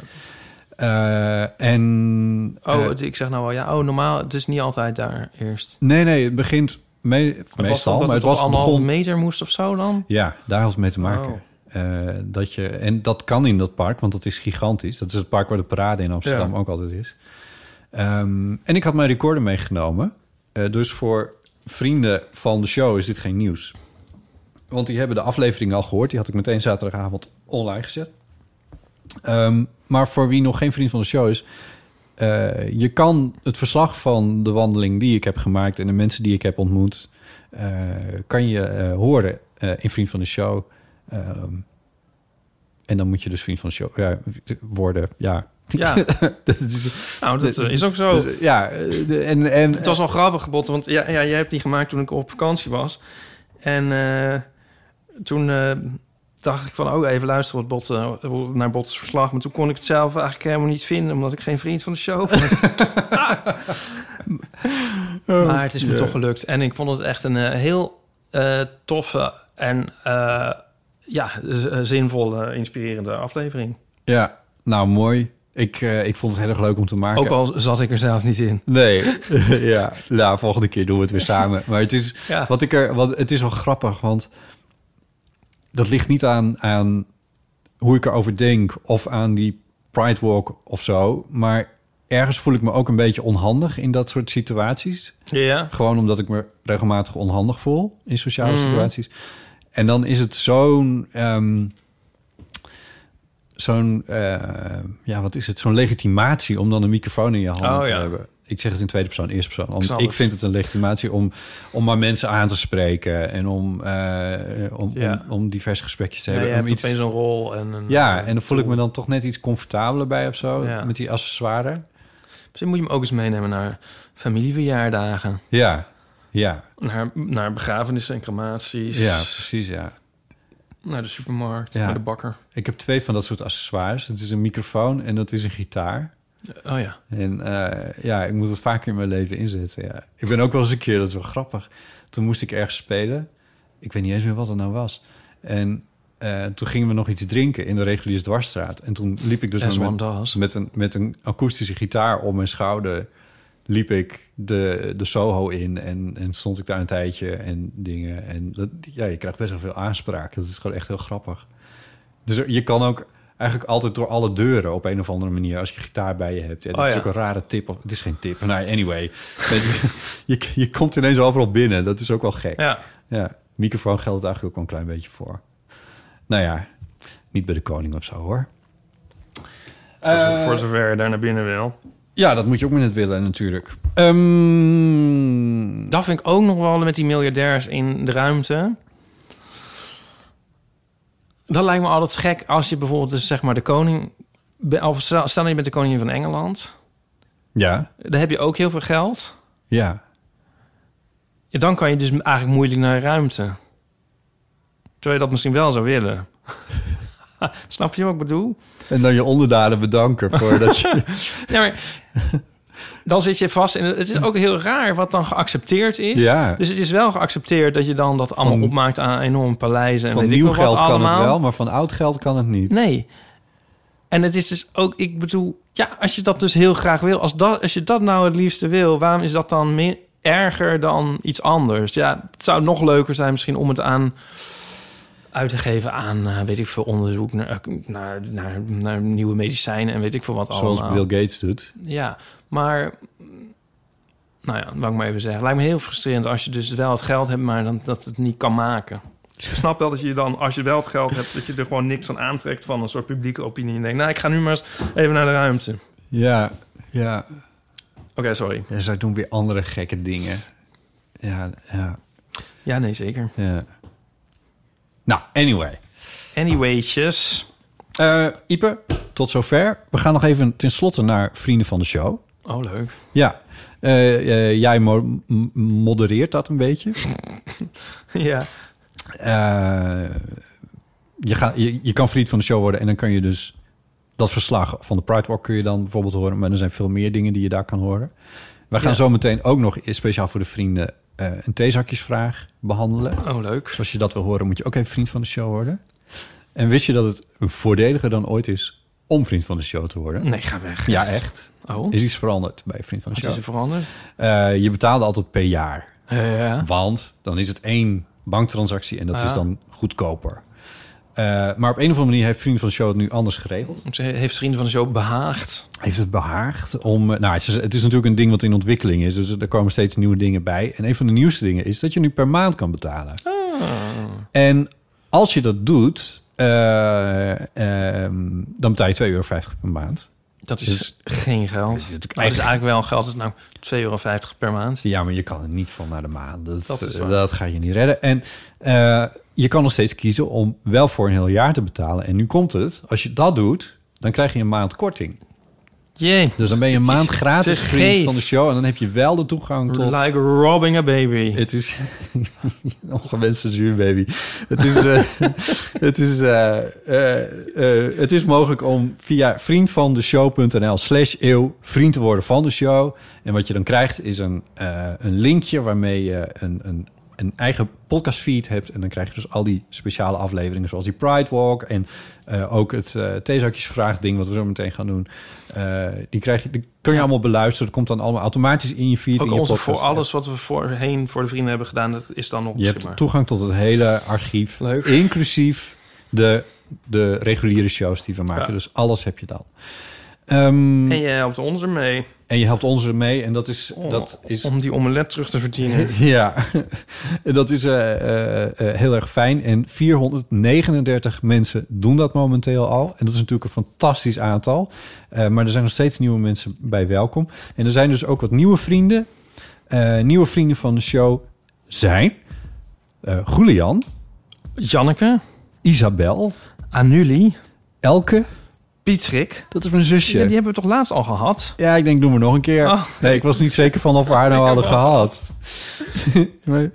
Ik zeg nou wel, normaal, het is niet altijd daar eerst. Nee, het begint meestal. Maar het was 1,5 meter moest of zo dan? Ja, daar had het mee te maken. En dat kan in dat park, want dat is gigantisch. Dat is het park waar de parade in Amsterdam ook altijd is. En ik had mijn recorder meegenomen. Dus voor vrienden van de show is dit geen nieuws. Want die hebben de aflevering al gehoord. Die had ik meteen zaterdagavond online gezet. Maar voor wie nog geen vriend van de show is... je kan het verslag van de wandeling die ik heb gemaakt... en de mensen die ik heb ontmoet... kan je horen in Vriend van de Show. En dan moet je dus Vriend van de Show worden. Ja, Ja, dat is ook zo. Dus, ja, het was wel grappig, Botte, want jij hebt die gemaakt toen ik op vakantie was. En toen dacht ik van, even luisteren naar Bottes verslag. Maar toen kon ik het zelf eigenlijk helemaal niet vinden, omdat ik geen vriend van de show ben. Maar het is me toch gelukt. En ik vond het echt een heel toffe en zinvolle, inspirerende aflevering. Ja, nou mooi. Ik vond het heel erg leuk om te maken. Ook al zat ik er zelf niet in. Nee, ja. Nou, volgende keer doen we het weer samen. Maar het is, het is wel grappig, want dat ligt niet aan hoe ik erover denk of aan die Pride Walk of zo. Maar ergens voel ik me ook een beetje onhandig in dat soort situaties. Ja. Gewoon omdat ik me regelmatig onhandig voel in sociale situaties. En dan is het zo'n wat is het? Zo'n legitimatie om dan een microfoon in je handen te hebben. Ik zeg het in tweede persoon, eerste persoon. Ik vind het een legitimatie om maar mensen aan te spreken en om diverse gesprekjes te hebben. Je hebt opeens een rol. En dan voel ik me dan toch net iets comfortabeler bij of zo, met die accessoires. Misschien moet je hem ook eens meenemen naar familieverjaardagen. Ja. Naar begrafenissen en crematies. Ja, precies, ja. Naar de supermarkt, naar de bakker. Ik heb 2 van dat soort accessoires. Het is een microfoon en dat is een gitaar. Oh ja. En ik moet het vaker in mijn leven inzetten, ja. Ik ben ook wel eens een keer, dat is wel grappig. Toen moest ik ergens spelen. Ik weet niet eens meer wat het nou was. En toen gingen we nog iets drinken in de reguliere dwarsstraat. En toen liep ik dus met een akoestische gitaar om mijn schouder, liep ik de Soho in en stond ik daar een tijdje en dingen. En je krijgt best wel veel aanspraak. Dat is gewoon echt heel grappig. Dus je kan ook eigenlijk altijd door alle deuren op een of andere manier als je gitaar bij je hebt. Ja, dat is ook een rare tip. Het is geen tip. Nou, anyway. je komt ineens overal binnen. Dat is ook wel gek. Ja. Microfoon geldt het eigenlijk ook wel een klein beetje voor. Nou ja, niet bij de koning of zo, hoor. Voor zover je daar naar binnen wil. Ja, dat moet je ook maar net willen, natuurlijk. Dat vind ik ook nog wel met die miljardairs in de ruimte. Dat lijkt me altijd gek als je bijvoorbeeld dus zeg maar de koning... Of stel je bent de koningin van Engeland. Ja. Dan heb je ook heel veel geld. Ja. Dan kan je dus eigenlijk moeilijk naar de ruimte. Terwijl je dat misschien wel zou willen. Snap je wat ik bedoel? En dan je onderdanen bedanken voordat je... Ja, maar dan zit je vast in... Het is ook heel raar wat dan geaccepteerd is. Ja. Dus het is wel geaccepteerd dat je dan dat allemaal opmaakt aan enorme paleizen. En van nieuw geld kan het wel, maar van oud geld kan het niet. Nee. En het is dus ook... Ik bedoel, als je dat dus heel graag wil... Als je dat nou het liefste wil... waarom is dat dan erger dan iets anders? Ja, het zou nog leuker zijn misschien om het uit te geven aan, weet ik veel, onderzoek naar nieuwe medicijnen en weet ik veel wat allemaal. Zoals Bill Gates doet. Ja, maar, nou ja, wou ik maar even zeggen. Lijkt me heel frustrerend als je dus wel het geld hebt, maar dan dat het niet kan maken. Dus ik snap wel dat je dan, als je wel het geld hebt, dat je er gewoon niks van aantrekt van een soort publieke opinie. En denkt, nou, ik ga nu maar eens even naar de ruimte. Ja. Oké, sorry. Ja, zij doen weer andere gekke dingen. Ja. Ja, nee, zeker. Ja. Nou, Anywaytjes. Ipe, tot zover. We gaan nog even tenslotte naar vrienden van de show. Oh, leuk. Ja. Jij modereert dat een beetje. Ja. Je kan vriend van de show worden en dan kan je dus dat verslag van de Pride Walk kun je dan bijvoorbeeld horen. Maar er zijn veel meer dingen die je daar kan horen. We gaan zo meteen ook nog speciaal voor de vrienden een theezakjesvraag behandelen. Oh, leuk. Dus als je dat wil horen, moet je ook even vriend van de show worden. En wist je dat het voordeliger dan ooit is om vriend van de show te worden? Nee, ga weg. Ja, echt. Oh. Is iets veranderd bij vriend van de show? Wat is er veranderd? Je betaalde altijd per jaar. Ja. Want dan is het 1 banktransactie en dat is dan goedkoper. Maar op een of andere manier heeft Vrienden van de Show het nu anders geregeld. Heeft Vrienden van de Show behaagd? Heeft het behaagd om... het is natuurlijk een ding wat in ontwikkeling is. Dus er komen steeds nieuwe dingen bij. En een van de nieuwste dingen is dat je nu per maand kan betalen. En als je dat doet, dan betaal je €2,50 per maand. Dat is dus geen geld. Dat is eigenlijk wel geld. Het is nou €2,50 per maand. Ja, maar je kan er niet van naar de maand. Dat ga je niet redden. En je kan nog steeds kiezen om wel voor een heel jaar te betalen. En nu komt het. Als je dat doet, dan krijg je een maand korting. Jee. Dus dan ben je een maand gratis te vriend geef. van de show. En dan heb je wel de toegang tot... Like robbing a baby. Het is ongewenste zuurbaby. Het is mogelijk om via vriendvandeshow.nl/eeuw vriend te worden van de show. En wat je dan krijgt is een linkje waarmee je een eigen podcastfeed hebt. En dan krijg je dus al die speciale afleveringen zoals die Pride Walk en ook het theezakjesvraagding wat we zo meteen gaan doen. Die kun je allemaal beluisteren. Dat komt dan allemaal automatisch in je feed. Ook in je onze podcast. voor alles wat we voorheen voor de vrienden hebben gedaan, dat is dan nog Je hebt toegang tot het hele archief. Leuk. Inclusief de reguliere shows die we maken. Ja. Dus alles heb je dan. En je helpt ons ermee. En je helpt ons ermee. En dat is... Om die omelet terug te verdienen. Ja, dat is heel erg fijn. En 439 mensen doen dat momenteel al. En dat is natuurlijk een fantastisch aantal. Maar er zijn nog steeds nieuwe mensen bij welkom. En er zijn dus ook wat nieuwe vrienden. Nieuwe vrienden van de show zijn... Julian. Janneke. Isabel. Anulie. Elke. Pietrik. Dat is mijn zusje. Ja, die hebben we toch laatst al gehad? Ja, ik denk, doen we nog een keer. Oh. Nee, ik was niet zeker van of we haar nou hadden gehad. Maar,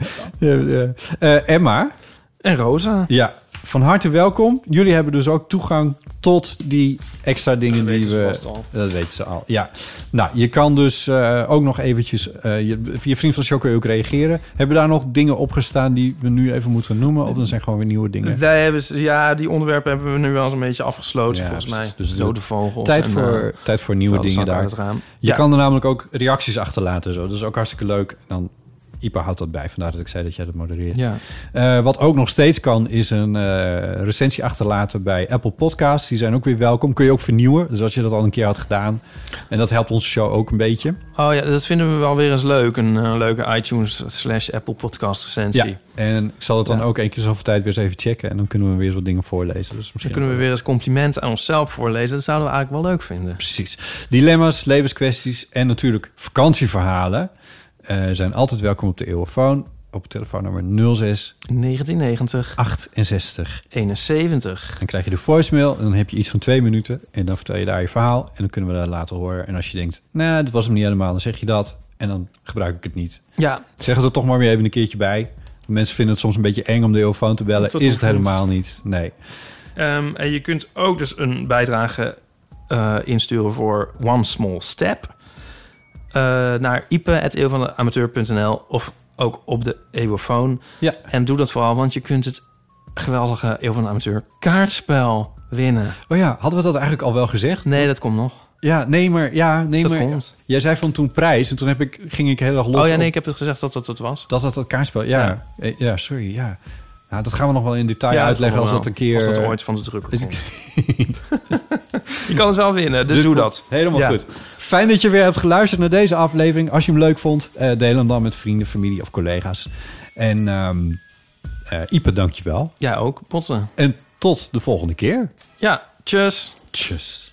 Emma. En Rosa. Ja, van harte welkom. Jullie hebben dus ook toegang tot die extra dingen die we... Dat weten ze al. Ja. Nou, je kan dus ook nog eventjes... via Vriend van de Show kun je ook reageren. Hebben daar nog dingen opgestaan die we nu even moeten noemen? Of dan zijn gewoon weer nieuwe dingen? Die onderwerpen hebben we nu wel eens een beetje afgesloten, volgens mij. Dus dode vogels. Tijd voor nieuwe dingen daar. Je kan er namelijk ook reacties achterlaten. Zo. Dat is ook hartstikke leuk. Dan... Ipa houdt dat bij, vandaar dat ik zei dat jij dat modereert. Ja. Wat ook nog steeds kan, is een recensie achterlaten bij Apple Podcasts. Die zijn ook weer welkom. Kun je ook vernieuwen, dus als je dat al een keer had gedaan. En dat helpt onze show ook een beetje. Oh ja, dat vinden we wel weer eens leuk. Een leuke iTunes/Apple Podcast recensie. Ja, en ik zal het dan ook één keer zoveel tijd weer eens even checken. En dan kunnen we weer eens wat dingen voorlezen. Dus dan kunnen we weer eens complimenten aan onszelf voorlezen. Dat zouden we eigenlijk wel leuk vinden. Precies. Dilemma's, levenskwesties en natuurlijk vakantieverhalen... zijn altijd welkom op de Eeuwenfoon. Op telefoonnummer 06 1990 68 71. Dan krijg je de voicemail en dan heb je iets van 2 minuten. En dan vertel je daar je verhaal en dan kunnen we dat laten horen. En als je denkt, nou, dit was hem niet helemaal, dan zeg je dat. En dan gebruik ik het niet. Ja. Zeg het er toch maar weer even een keertje bij. Mensen vinden het soms een beetje eng om de Eeuwenfoon te bellen. Is het helemaal niet. Nee. En je kunt ook dus een bijdrage insturen voor One Small Step... naar ipe@eeuwvandeamateur.nl of ook op de Eeuwenfoon. Ja. En doe dat vooral, want je kunt het geweldige Eeuw van de Amateur kaartspel winnen. Oh ja, hadden we dat eigenlijk al wel gezegd? Nee, dat komt nog. Ja, nee, maar... dat komt. Jij zei van toen prijs en toen ging ik heel erg los. Oh ja, nee, ik heb het gezegd dat het was. Dat kaartspel, ja. Ja, sorry, ja. Nou, dat gaan we nog wel in detail uitleggen als dat een keer... Als dat ooit van de drukker komt. Je kan het wel winnen, dus doe dat. Helemaal goed. Fijn dat je weer hebt geluisterd naar deze aflevering. Als je hem leuk vond, deel hem dan met vrienden, familie of collega's. En Ipe, dank je wel. Ja, ook. Potten. En tot de volgende keer. Ja, tjus. Tjus.